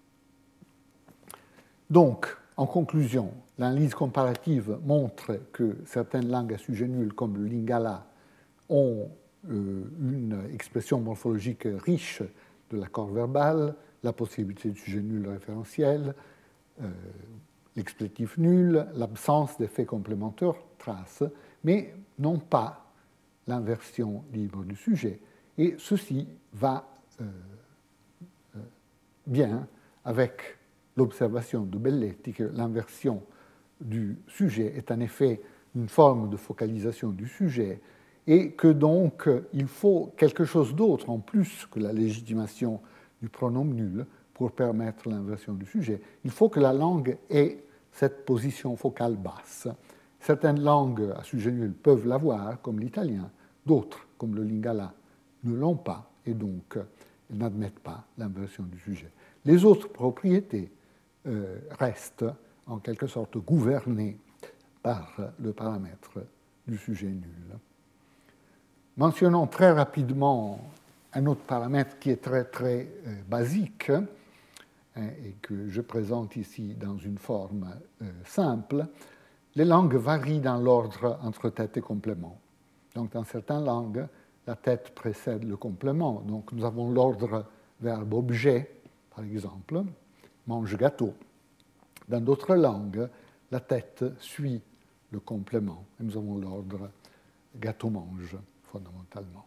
Donc, en conclusion, l'analyse comparative montre que certaines langues à sujet nul, comme le lingala, ont euh, une expression morphologique riche de l'accord verbal, la possibilité du sujet nul référentiel, euh, l'explétif nul, l'absence d'effets complémentaires, trace, mais non pas l'inversion libre du sujet. Et ceci va euh, euh, bien avec l'observation de Belletti que l'inversion du sujet est en effet une forme de focalisation du sujet et que donc il faut quelque chose d'autre en plus que la légitimation du pronom nul pour permettre l'inversion du sujet. Il faut que la langue ait cette position focale basse. Certaines langues à sujet nul peuvent l'avoir, comme l'italien, d'autres, comme le lingala, ne l'ont pas et donc elles n'admettent pas l'inversion du sujet. Les autres propriétés euh, restent en quelque sorte gouvernées par le paramètre du sujet nul. Mentionnons très rapidement un autre paramètre qui est très très euh, basique hein, et que je présente ici dans une forme euh, simple. Les langues varient dans l'ordre entre tête et complément. Donc dans certaines langues, la tête précède le complément. Donc nous avons l'ordre verbe-objet, par exemple, mange gâteau. Dans d'autres langues, la tête suit le complément. Et nous avons l'ordre gâteau-mange, fondamentalement.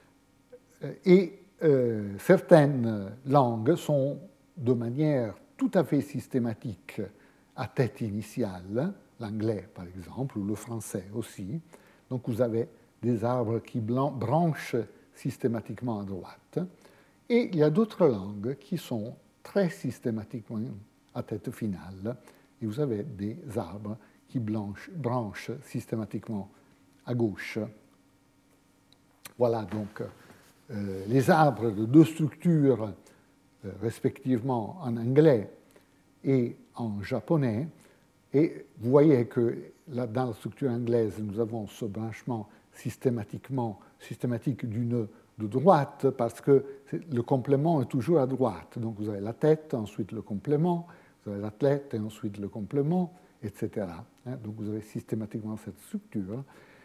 Et euh, certaines langues sont de manière tout à fait systématique à tête initiale, l'anglais par exemple, ou le français aussi. Donc vous avez des arbres qui branchent systématiquement à droite. Et il y a d'autres langues qui sont très systématiquement à tête finale. Et vous avez des arbres qui branchent systématiquement à gauche. Voilà donc euh, les arbres de deux structures, euh, respectivement en anglais et en japonais. Et vous voyez que là, dans la structure anglaise, nous avons ce branchement systématiquement, systématique du nœud de droite, parce que le complément est toujours à droite. Donc vous avez la tête, ensuite le complément, vous avez la tête et ensuite le complément, et cetera. Donc vous avez systématiquement cette structure.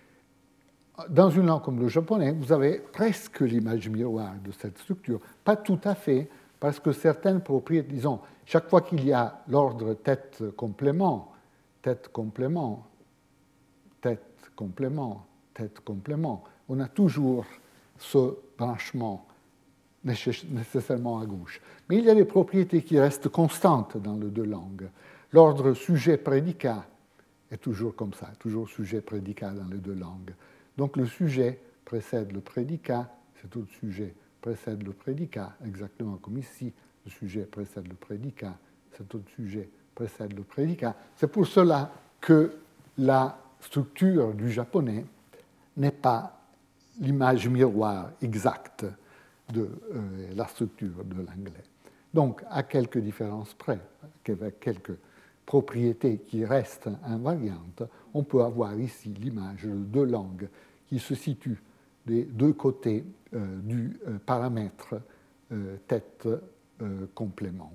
Dans une langue comme le japonais, vous avez presque l'image miroir de cette structure. Pas tout à fait, parce que certaines propriétés, disons, chaque fois qu'il y a l'ordre tête-complément, tête-complément, tête-complément, tête-complément, on a toujours ce branchement nécessairement à gauche. Mais il y a des propriétés qui restent constantes dans les deux langues. L'ordre sujet-prédicat est toujours comme ça, toujours sujet-prédicat dans les deux langues. Donc le sujet précède le prédicat, cet autre sujet précède le prédicat, exactement comme ici, le sujet précède le prédicat, cet autre sujet précède le prédicat. C'est pour cela que la structure du japonais n'est pas l'image miroir exacte de euh, la structure de l'anglais. Donc, à quelques différences près, avec quelques propriétés qui restent invariantes, on peut avoir ici l'image de deux langues qui se situent des deux côtés euh, du euh, paramètre euh, tête-complément.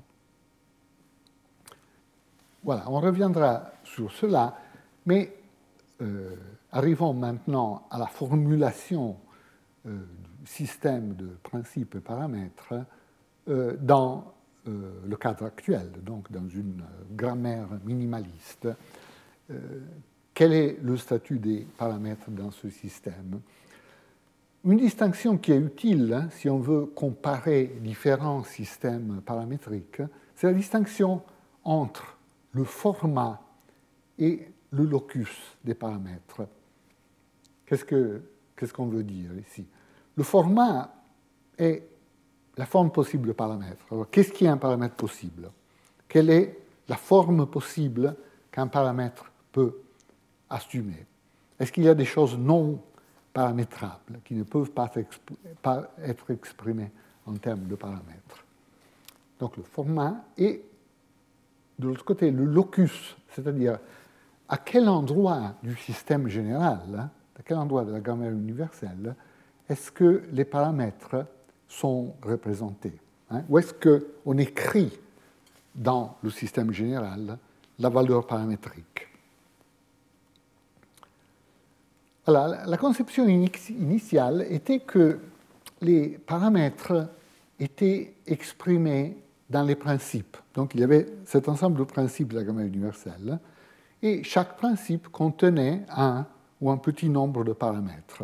Euh, voilà, on reviendra sur cela, mais euh, arrivons maintenant à la formulation euh, du système de principes et paramètres euh, dans euh, le cadre actuel, donc dans une grammaire minimaliste. Euh, quel est le statut des paramètres dans ce système ? Une distinction qui est utile hein, si on veut comparer différents systèmes paramétriques, c'est la distinction entre le format et le locus des paramètres. Qu'est-ce que, qu'est-ce qu'on veut dire ici ? Le format est la forme possible de paramètre. Alors, qu'est-ce qui est un paramètre possible ? Quelle est la forme possible qu'un paramètre peut assumer ? Est-ce qu'il y a des choses non paramétrables qui ne peuvent pas être exprimées en termes de paramètres ? donc le format, et de l'autre côté, le locus, c'est-à-dire à quel endroit du système général, hein, à quel endroit de la grammaire universelle, est-ce que les paramètres sont représentés, hein, où est-ce qu'on écrit dans le système général la valeur paramétrique. Alors, la conception initiale était que les paramètres étaient exprimés dans les principes. Donc il y avait cet ensemble de principes de la grammaire universelle, et chaque principe contenait un ou un petit nombre de paramètres.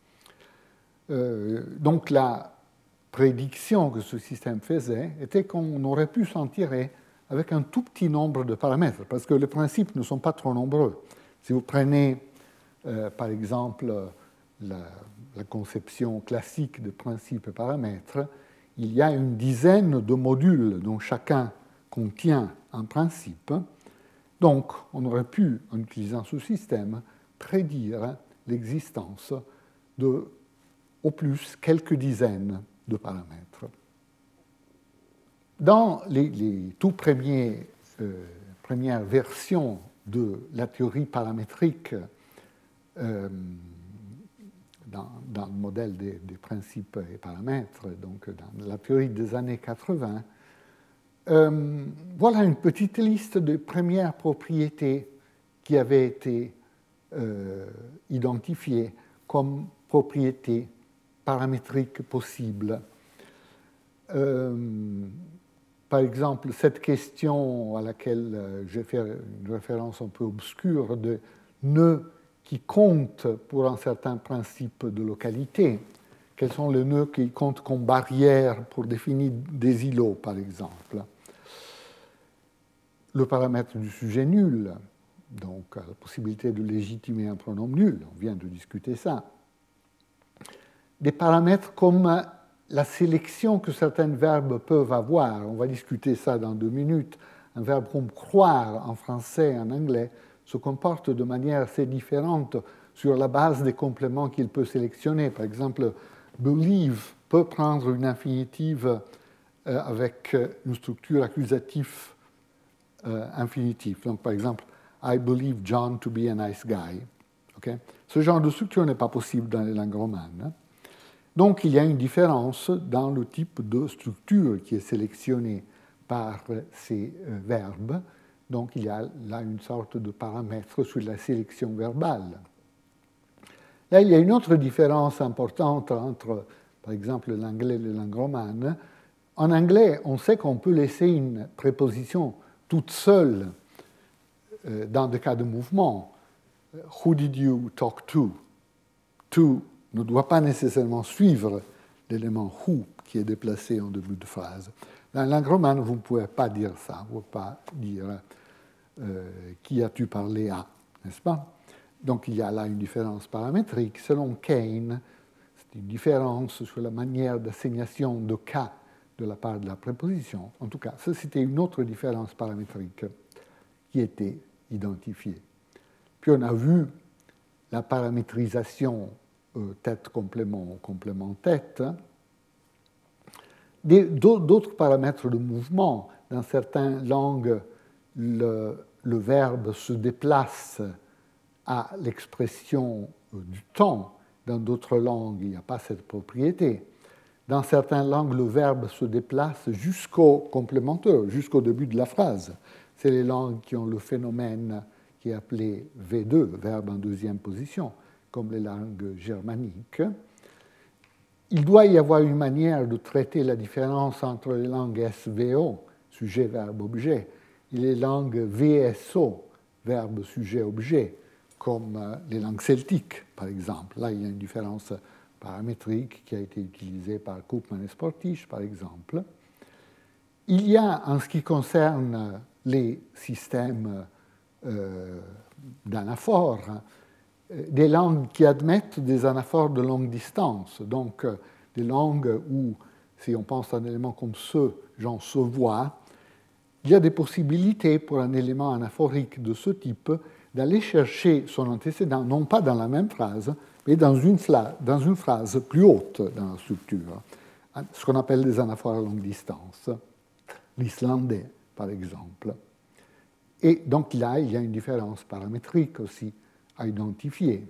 Euh, donc la prédiction que ce système faisait était qu'on aurait pu s'en tirer avec un tout petit nombre de paramètres, parce que les principes ne sont pas trop nombreux. Si vous prenez, euh, par exemple, la, la conception classique de principes et paramètres, il y a une dizaine de modules dont chacun contient un principe. Donc, on aurait pu, en utilisant ce système, prédire l'existence de, au plus, quelques dizaines de paramètres. Dans les, les tout premiers, euh, premières versions de la théorie paramétrique, euh, dans, dans le modèle des, des principes et paramètres, donc dans la théorie des années quatre-vingts, euh, voilà une petite liste de premières propriétés qui avaient été euh, identifiées comme propriétés paramétriques possibles. Euh, par exemple, cette question à laquelle j'ai fait une référence un peu obscure de nœuds qui comptent pour un certain principe de localité. Quels sont les nœuds qui comptent comme barrière pour définir des îlots, par exemple? Le paramètre du sujet nul, donc la possibilité de légitimer un pronom nul, on vient de discuter ça. Des paramètres comme la sélection que certains verbes peuvent avoir, on va discuter ça dans deux minutes. Un verbe comme croire en français et en anglais se comporte de manière assez différente sur la base des compléments qu'il peut sélectionner. Par exemple, believe peut prendre une infinitive avec une structure accusative infinitive. Donc, par exemple, I believe John to be a nice guy. Okay? Ce genre de structure n'est pas possible dans les langues romanes. Donc, il y a une différence dans le type de structure qui est sélectionnée par ces verbes. Donc, il y a là une sorte de paramètre sur la sélection verbale. Là, il y a une autre différence importante entre, par exemple, l'anglais et les langues romanes. En anglais, on sait qu'on peut laisser une préposition toute seule euh, dans des cas de mouvement. Who did you talk to? To ne doit pas nécessairement suivre l'élément who qui est déplacé en début de phrase. Dans la langue romane, vous ne pouvez pas dire ça. Vous ne pouvez pas dire euh, qui as-tu parlé à, n'est-ce pas? Donc il y a là une différence paramétrique. Selon Kane, c'est une différence sur la manière d'assignation de cas de la part de la préposition. En tout cas, ça, c'était une autre différence paramétrique qui était identifiée. Puis on a vu la paramétrisation euh, tête-complément, complément-tête. D'autres paramètres de mouvement. Dans certaines langues, le, le verbe se déplace à l'expression du temps. Dans d'autres langues, il n'y a pas cette propriété. Dans certaines langues, le verbe se déplace jusqu'au complémentaire, jusqu'au début de la phrase. C'est les langues qui ont le phénomène qui est appelé V deux, verbe en deuxième position, comme les langues germaniques. Il doit y avoir une manière de traiter la différence entre les langues S V O, sujet, verbe, objet, et les langues V S O, verbe, sujet, objet, comme les langues celtiques, par exemple. Là, il y a une différence paramétrique qui a été utilisée par Koopman et Sportisch, par exemple. Il y a, en ce qui concerne les systèmes euh, d'anaphores, des langues qui admettent des anaphores de longue distance, donc des langues où, si on pense à un élément comme ce, genre se voit, il y a des possibilités pour un élément anaphorique de ce type d'aller chercher son antécédent, non pas dans la même phrase, mais dans une, dans une phrase plus haute dans la structure, ce qu'on appelle des anaphores à longue distance. l'islandais, par exemple. Et donc là, il y a une différence paramétrique aussi à identifier.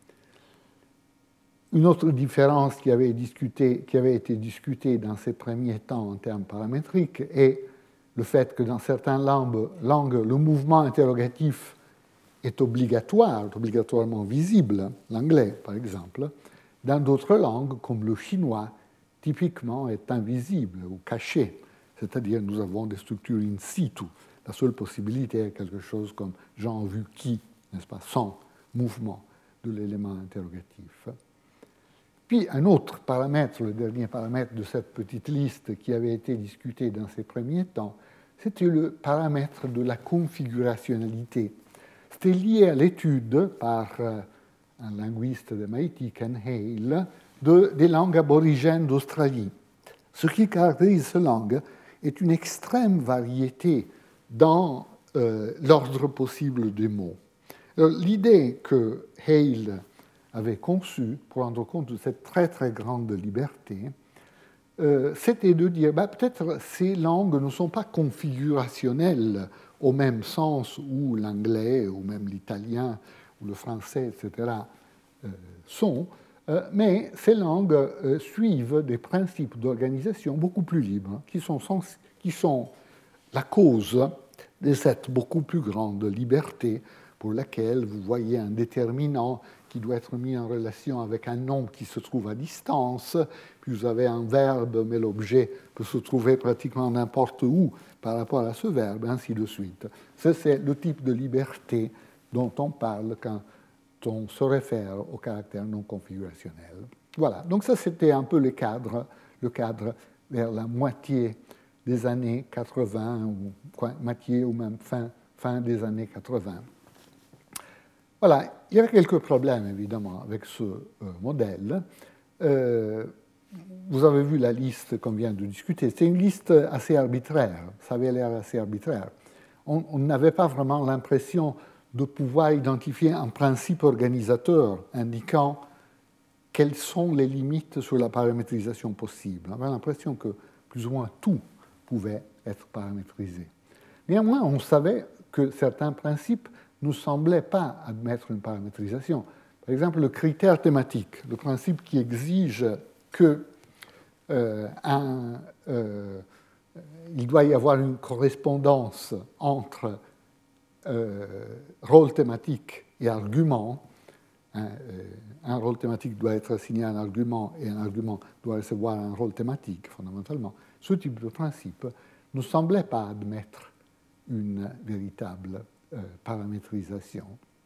Une autre différence qui avait, discuté, qui avait été discutée dans ces premiers temps en termes paramétriques est le fait que dans certaines langues, langues le mouvement interrogatif est obligatoire, obligatoirement visible, l'anglais par exemple. Dans d'autres langues, comme le chinois, typiquement est invisible ou caché, c'est-à-dire nous avons des structures in situ. La seule possibilité est quelque chose comme « j'ai vu qui », n'est-ce pas, sans mouvement de l'élément interrogatif. Puis un autre paramètre, le dernier paramètre de cette petite liste qui avait été discuté dans ces premiers temps, c'était le paramètre de la configurationnalité. C'était lié à l'étude par un linguiste de M I T, Ken Hale, de, des langues aborigènes d'Australie. Ce qui caractérise ces langues est une extrême variété dans euh, l'ordre possible des mots. L'idée que Hale avait conçue pour rendre compte de cette très très grande liberté, euh, c'était de dire bah, peut-être ces langues ne sont pas configurationnelles au même sens où l'anglais ou même l'italien ou le français, et cetera, euh, sont, euh, mais ces langues euh, suivent des principes d'organisation beaucoup plus libres, qui sont, sens, qui sont la cause de cette beaucoup plus grande liberté pour laquelle vous voyez un déterminant qui doit être mis en relation avec un nom qui se trouve à distance, puis vous avez un verbe, mais l'objet peut se trouver pratiquement n'importe où par rapport à ce verbe, ainsi de suite. Ça, c'est le type de liberté dont on parle quand on se réfère au caractère non configurationnel. Voilà, donc ça, c'était un peu le cadre, le cadre vers la moitié des années quatre-vingts, ou quoi, moitié ou même fin, fin des années quatre-vingts. Voilà, il y avait quelques problèmes, évidemment, avec ce euh, modèle. Euh, vous avez vu la liste qu'on vient de discuter. C'est une liste assez arbitraire. Ça avait l'air assez arbitraire. On n'avait pas vraiment l'impression de pouvoir identifier un principe organisateur indiquant quelles sont les limites sur la paramétrisation possible. On avait l'impression que plus ou moins tout pouvait être paramétrisé. Néanmoins, on savait que certains principes ne semblaient pas admettre une paramétrisation. Par exemple, le critère thématique, le principe qui exige que euh, un, euh, il doit y avoir une correspondance entre euh, rôle thématique et argument. Un, euh, un rôle thématique doit être assigné à un argument et un argument doit recevoir un rôle thématique, fondamentalement. Ce type de principe ne semblait pas admettre une véritable euh, paramétrisation.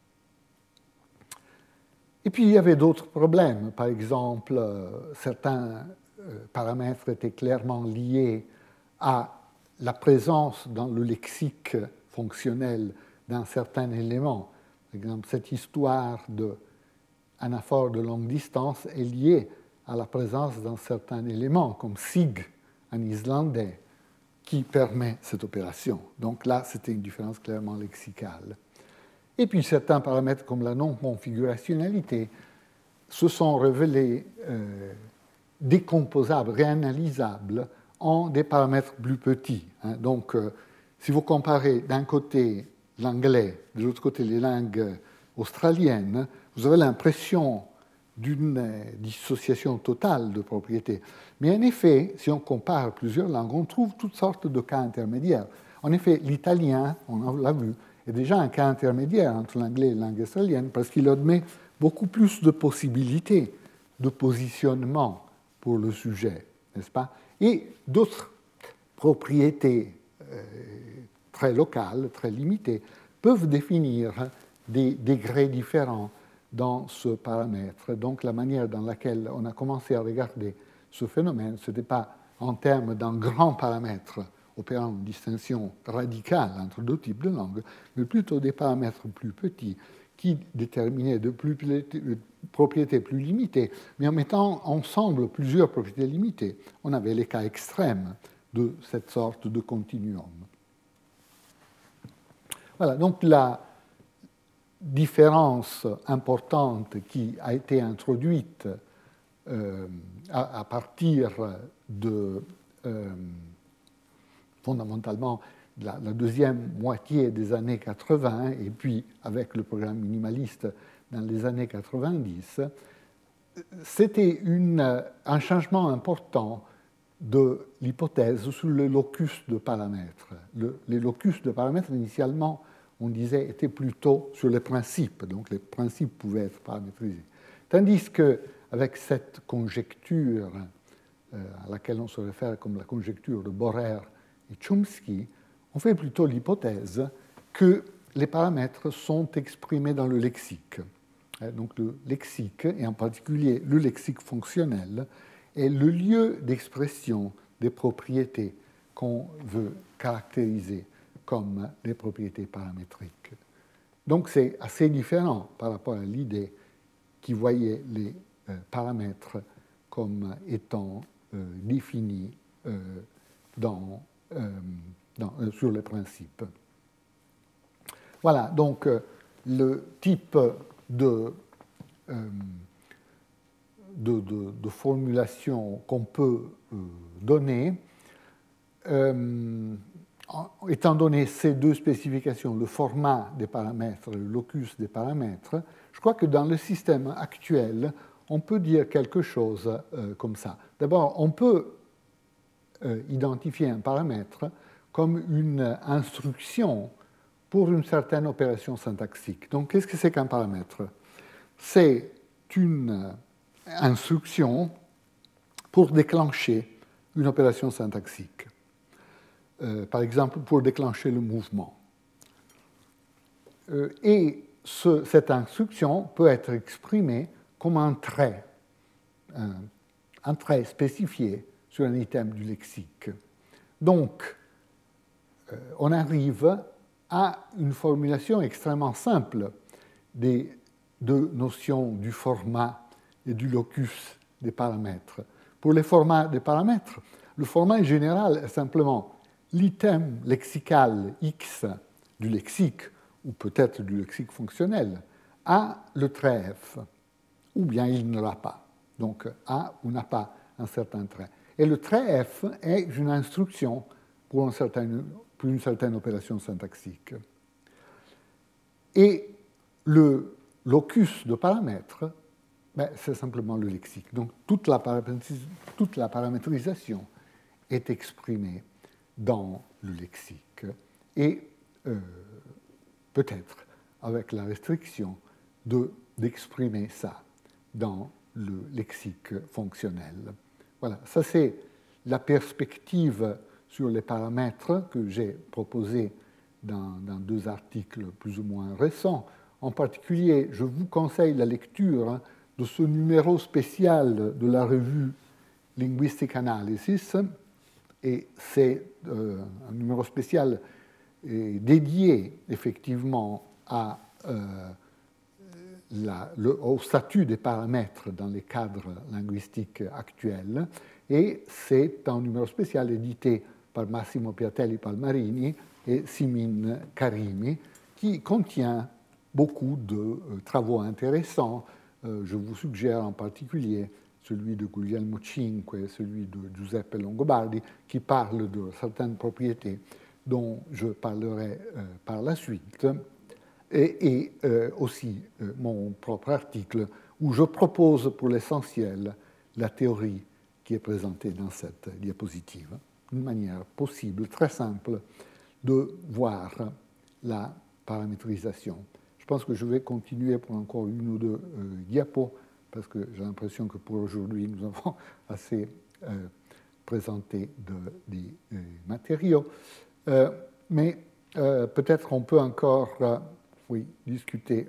Et puis, il y avait d'autres problèmes. Par exemple, euh, certains euh, paramètres étaient clairement liés à la présence dans le lexique fonctionnel d'un certain élément. Par exemple, cette histoire d'anaphore de longue distance est liée à la présence d'un certain élément, comme sig en islandais, qui permet cette opération. Donc là, c'était une différence clairement lexicale. Et puis certains paramètres comme la non-configurationnalité se sont révélés euh, décomposables, réanalysables en des paramètres plus petits. Hein. Donc, euh, si vous comparez d'un côté l'anglais, de l'autre côté les langues australiennes, vous avez l'impression d'une dissociation totale de propriété. Mais en effet, si on compare plusieurs langues, on trouve toutes sortes de cas intermédiaires. En effet, l'italien, on l'a vu, est déjà un cas intermédiaire entre l'anglais et la langue australienne parce qu'il admet beaucoup plus de possibilités de positionnement pour le sujet, n'est-ce pas? Et d'autres propriétés euh, très locales, très limitées, peuvent définir des degrés différents dans ce paramètre. Donc la manière dans laquelle on a commencé à regarder ce phénomène, ce n'était pas en termes d'un grand paramètre opérant une distinction radicale entre deux types de langues, mais plutôt des paramètres plus petits qui déterminaient de, plus, de propriétés plus limitées, mais en mettant ensemble plusieurs propriétés limitées. On avait les cas extrêmes de cette sorte de continuum. Voilà, donc la différence importante qui a été introduite euh, à, à partir de, euh, fondamentalement la, la deuxième moitié des années quatre-vingts, et puis avec le programme minimaliste dans les années quatre-vingt-dix, c'était une, un changement important de l'hypothèse sur le locus de paramètres. Le, les locus de paramètres, initialement, on disait, étaient plutôt sur les principes, donc les principes pouvaient être paramétrisés. Tandis qu'avec cette conjecture euh, à laquelle on se réfère comme la conjecture de Borer et Chomsky, on fait plutôt l'hypothèse que les paramètres sont exprimés dans le lexique. Donc le lexique, et en particulier le lexique fonctionnel, est le lieu d'expression des propriétés qu'on veut caractériser comme des propriétés paramétriques. Donc c'est assez différent par rapport à l'idée qui voyait les euh, paramètres comme étant euh, définis euh, dans, euh, dans, euh, sur les principes. Voilà, donc euh, le type de, euh, de, de, de formulation qu'on peut euh, donner. Euh, étant donné ces deux spécifications, le format des paramètres, le locus des paramètres, je crois que dans le système actuel, on peut dire quelque chose euh, comme ça. D'abord, on peut euh, identifier un paramètre comme une instruction pour une certaine opération syntaxique. Donc, qu'est-ce que c'est qu'un paramètre? C'est une instruction pour déclencher une opération syntaxique. Euh, par exemple, pour déclencher le mouvement. Euh, et ce, cette instruction peut être exprimée comme un trait, un, un trait spécifié sur un item du lexique. Donc, euh, on arrive à une formulation extrêmement simple des deux notions du format et du locus des paramètres. Pour les formats des paramètres, le format général est simplement l'item lexical X du lexique, ou peut-être du lexique fonctionnel, a le trait F, ou bien il ne l'a pas. Donc a ou n'a pas un certain trait. Et le trait F est une instruction pour une certaine, pour une certaine opération syntaxique. Et le locus de paramètres, ben, c'est simplement le lexique. Donc toute la, toute la paramétrisation est exprimée dans le lexique et euh, peut-être avec la restriction de, d'exprimer ça dans le lexique fonctionnel. Voilà, ça c'est la perspective sur les paramètres que j'ai proposée dans, dans deux articles plus ou moins récents. En particulier, je vous conseille la lecture de ce numéro spécial de la revue Linguistic Analysis, et c'est euh, un numéro spécial euh, dédié effectivement à, euh, la, le, au statut des paramètres dans les cadres linguistiques actuels, et c'est un numéro spécial édité par Massimo Piatelli Palmarini et Simin Karimi, qui contient beaucoup de euh, travaux intéressants. Euh, je vous suggère en particulier celui de Guglielmo Cinque et celui de Giuseppe Longobardi, qui parlent de certaines propriétés dont je parlerai euh, par la suite, et, et euh, aussi euh, mon propre article où je propose pour l'essentiel la théorie qui est présentée dans cette diapositive, une manière possible, très simple, de voir la paramétrisation. Je pense que je vais continuer pour encore une ou deux euh, diapos, parce que j'ai l'impression que pour aujourd'hui, nous avons assez euh, présenté de, des euh, matériaux. Euh, mais euh, peut-être on peut encore euh, oui, discuter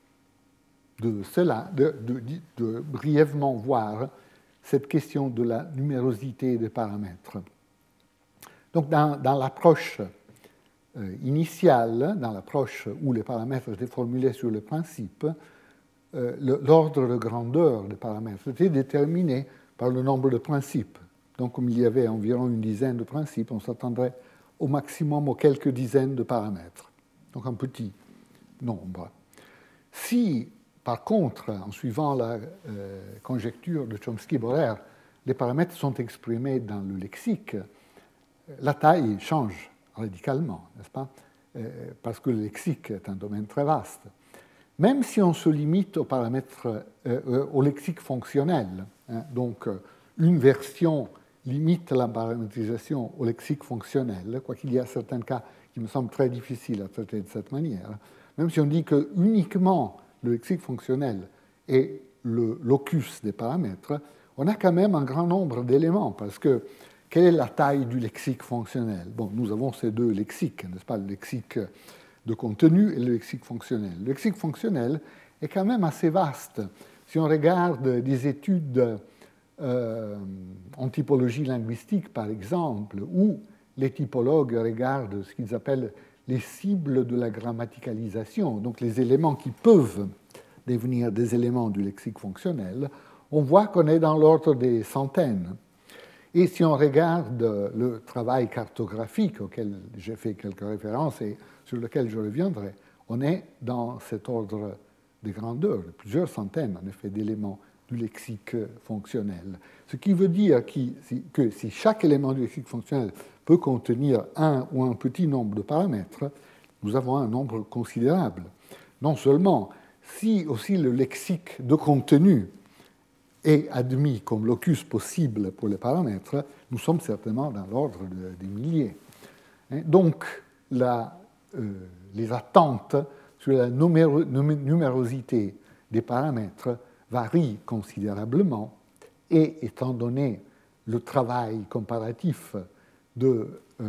de cela, de, de, de, de brièvement voir cette question de la numérosité des paramètres. Donc, dans, dans l'approche euh, initiale, dans l'approche où les paramètres étaient formulés sur le principe, euh, le, l'ordre de grandeur des paramètres était déterminé par le nombre de principes. Donc, comme il y avait environ une dizaine de principes, on s'attendrait au maximum aux quelques dizaines de paramètres. Donc, un petit nombre. Si, par contre, en suivant la euh, conjecture de Chomsky-Borer, les paramètres sont exprimés dans le lexique, la taille change radicalement, n'est-ce pas? euh, Parce que le lexique est un domaine très vaste. Même si on se limite aux paramètres, euh, euh, au lexique fonctionnel, hein, donc euh, une version limite la paramétrisation au lexique fonctionnel, quoiqu'il y a certains cas qui me semblent très difficiles à traiter de cette manière, même si on dit que uniquement le lexique fonctionnel est le locus des paramètres, on a quand même un grand nombre d'éléments, parce que quelle est la taille du lexique fonctionnel? Bon, nous avons ces deux lexiques, n'est-ce pas, le lexique de contenu et le lexique fonctionnel. Le lexique fonctionnel est quand même assez vaste. Si on regarde des études euh, en typologie linguistique, par exemple, où les typologues regardent ce qu'ils appellent les cibles de la grammaticalisation, donc les éléments qui peuvent devenir des éléments du lexique fonctionnel, on voit qu'on est dans l'ordre des centaines. Et si on regarde le travail cartographique auquel j'ai fait quelques références et sur lequel je reviendrai, on est dans cet ordre de grandeur, plusieurs centaines en effet d'éléments du lexique fonctionnel. Ce qui veut dire que si chaque élément du lexique fonctionnel peut contenir un ou un petit nombre de paramètres, nous avons un nombre considérable. Non seulement, si aussi le lexique de contenu est admis comme locus possible pour les paramètres, nous sommes certainement dans l'ordre de, des milliers. Donc, la, euh, les attentes sur la numéro, numérosité des paramètres varient considérablement et, étant donné le travail comparatif de, euh,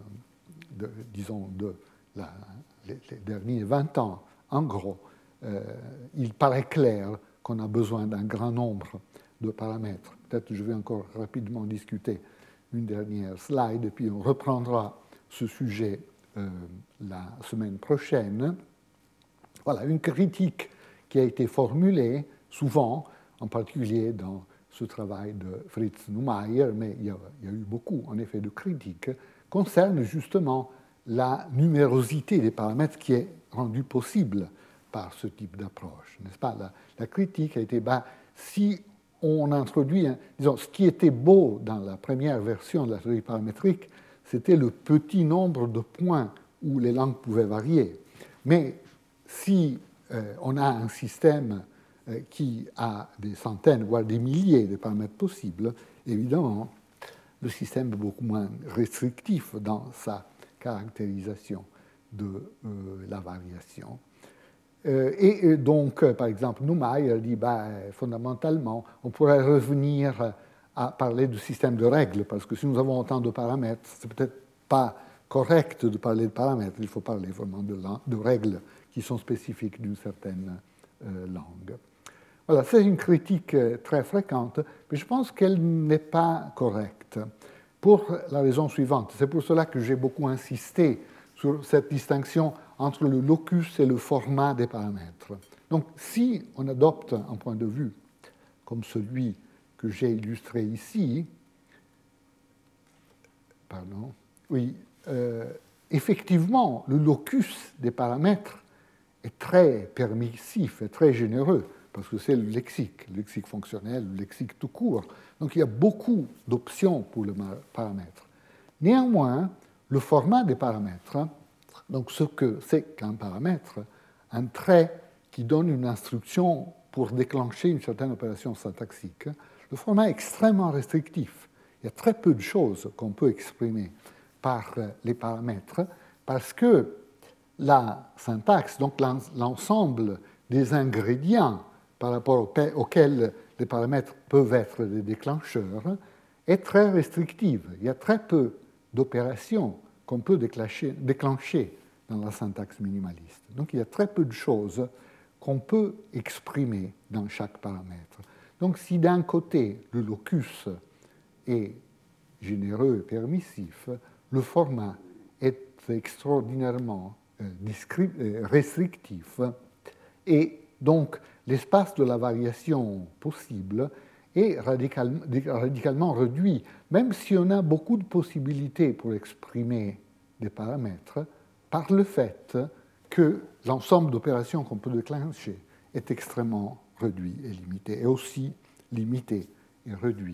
de disons, de la, les, les derniers vingt ans, en gros, euh, il paraît clair qu'on a besoin d'un grand nombre de paramètres. Peut-être que je vais encore rapidement discuter une dernière slide, et puis on reprendra ce sujet euh, la semaine prochaine. Voilà, une critique qui a été formulée souvent, en particulier dans ce travail de Fritz Neumayer, mais il y a, il y a eu beaucoup, en effet, de critiques, concerne justement la numérosité des paramètres qui est rendue possible par ce type d'approche, n'est-ce pas? La, la critique a été, bah, si on introduit, hein, disons, ce qui était beau dans la première version de la théorie paramétrique, c'était le petit nombre de points où les langues pouvaient varier. Mais si euh, on a un système euh, qui a des centaines, voire des milliers de paramètres possibles, évidemment, le système est beaucoup moins restrictif dans sa caractérisation de euh, la variation. Et donc, par exemple, Neumayer dit ben, fondamentalement, on pourrait revenir à parler du système de règles, parce que si nous avons autant de paramètres, c'est peut-être pas correct de parler de paramètres, il faut parler vraiment de, de règles qui sont spécifiques d'une certaine euh, langue. Voilà, c'est une critique très fréquente, mais je pense qu'elle n'est pas correcte, pour la raison suivante. C'est pour cela que j'ai beaucoup insisté sur cette distinction entre le locus et le format des paramètres. Donc, si on adopte un point de vue comme celui que j'ai illustré ici, pardon, oui, euh, effectivement, le locus des paramètres est très permissif et très généreux, parce que c'est le lexique, le lexique fonctionnel, le lexique tout court. Donc, il y a beaucoup d'options pour le paramètre. Néanmoins, le format des paramètres, donc ce que c'est qu'un paramètre, un trait qui donne une instruction pour déclencher une certaine opération syntaxique, le format est extrêmement restrictif. Il y a très peu de choses qu'on peut exprimer par les paramètres parce que la syntaxe, donc l'ensemble des ingrédients par rapport auxquels les paramètres peuvent être des déclencheurs, est très restrictive. Il y a très peu d'opérations qu'on peut déclencher, déclencher dans la syntaxe minimaliste. Donc il y a très peu de choses qu'on peut exprimer dans chaque paramètre. Donc si d'un côté le locus est généreux et permissif, le format est extraordinairement restrictif et donc l'espace de la variation possible est radicalement, radicalement réduit, même si on a beaucoup de possibilités pour exprimer des paramètres, par le fait que l'ensemble d'opérations qu'on peut déclencher est extrêmement réduit et limité, et aussi limité et réduit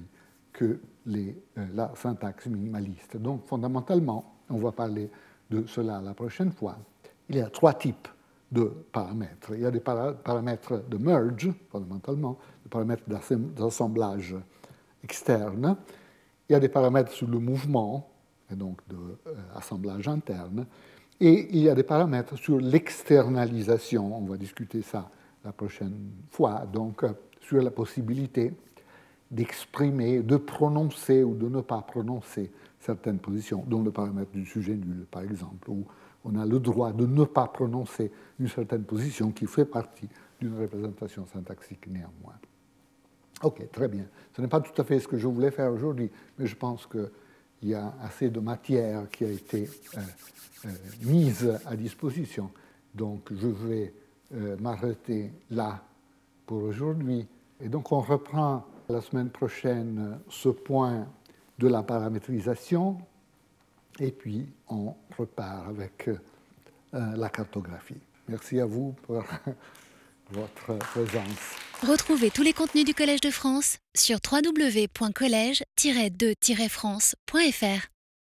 que les, euh, la syntaxe minimaliste. Donc, fondamentalement, on va parler de cela la prochaine fois. Il y a trois types de paramètres. Il y a des para- paramètres de merge, fondamentalement, des paramètres d'assemblage externe. Il y a des paramètres sur le mouvement, et donc d'assemblage euh, interne. Et il y a des paramètres sur l'externalisation. On va discuter ça la prochaine fois. Donc, euh, sur la possibilité d'exprimer, de prononcer ou de ne pas prononcer certaines positions, dont le paramètre du sujet nul, par exemple, où on a le droit de ne pas prononcer une certaine position qui fait partie d'une représentation syntaxique néanmoins. Ok, très bien. Ce n'est pas tout à fait ce que je voulais faire aujourd'hui, mais je pense qu'il y a assez de matière qui a été euh, euh, mise à disposition. Donc, je vais euh, m'arrêter là pour aujourd'hui. Et donc, on reprend la semaine prochaine ce point de la paramétrisation, et puis on repart avec euh, la cartographie. Merci à vous pour votre présence. Retrouvez tous les contenus du Collège de France sur w w w point collège tiret de tiret france point f r.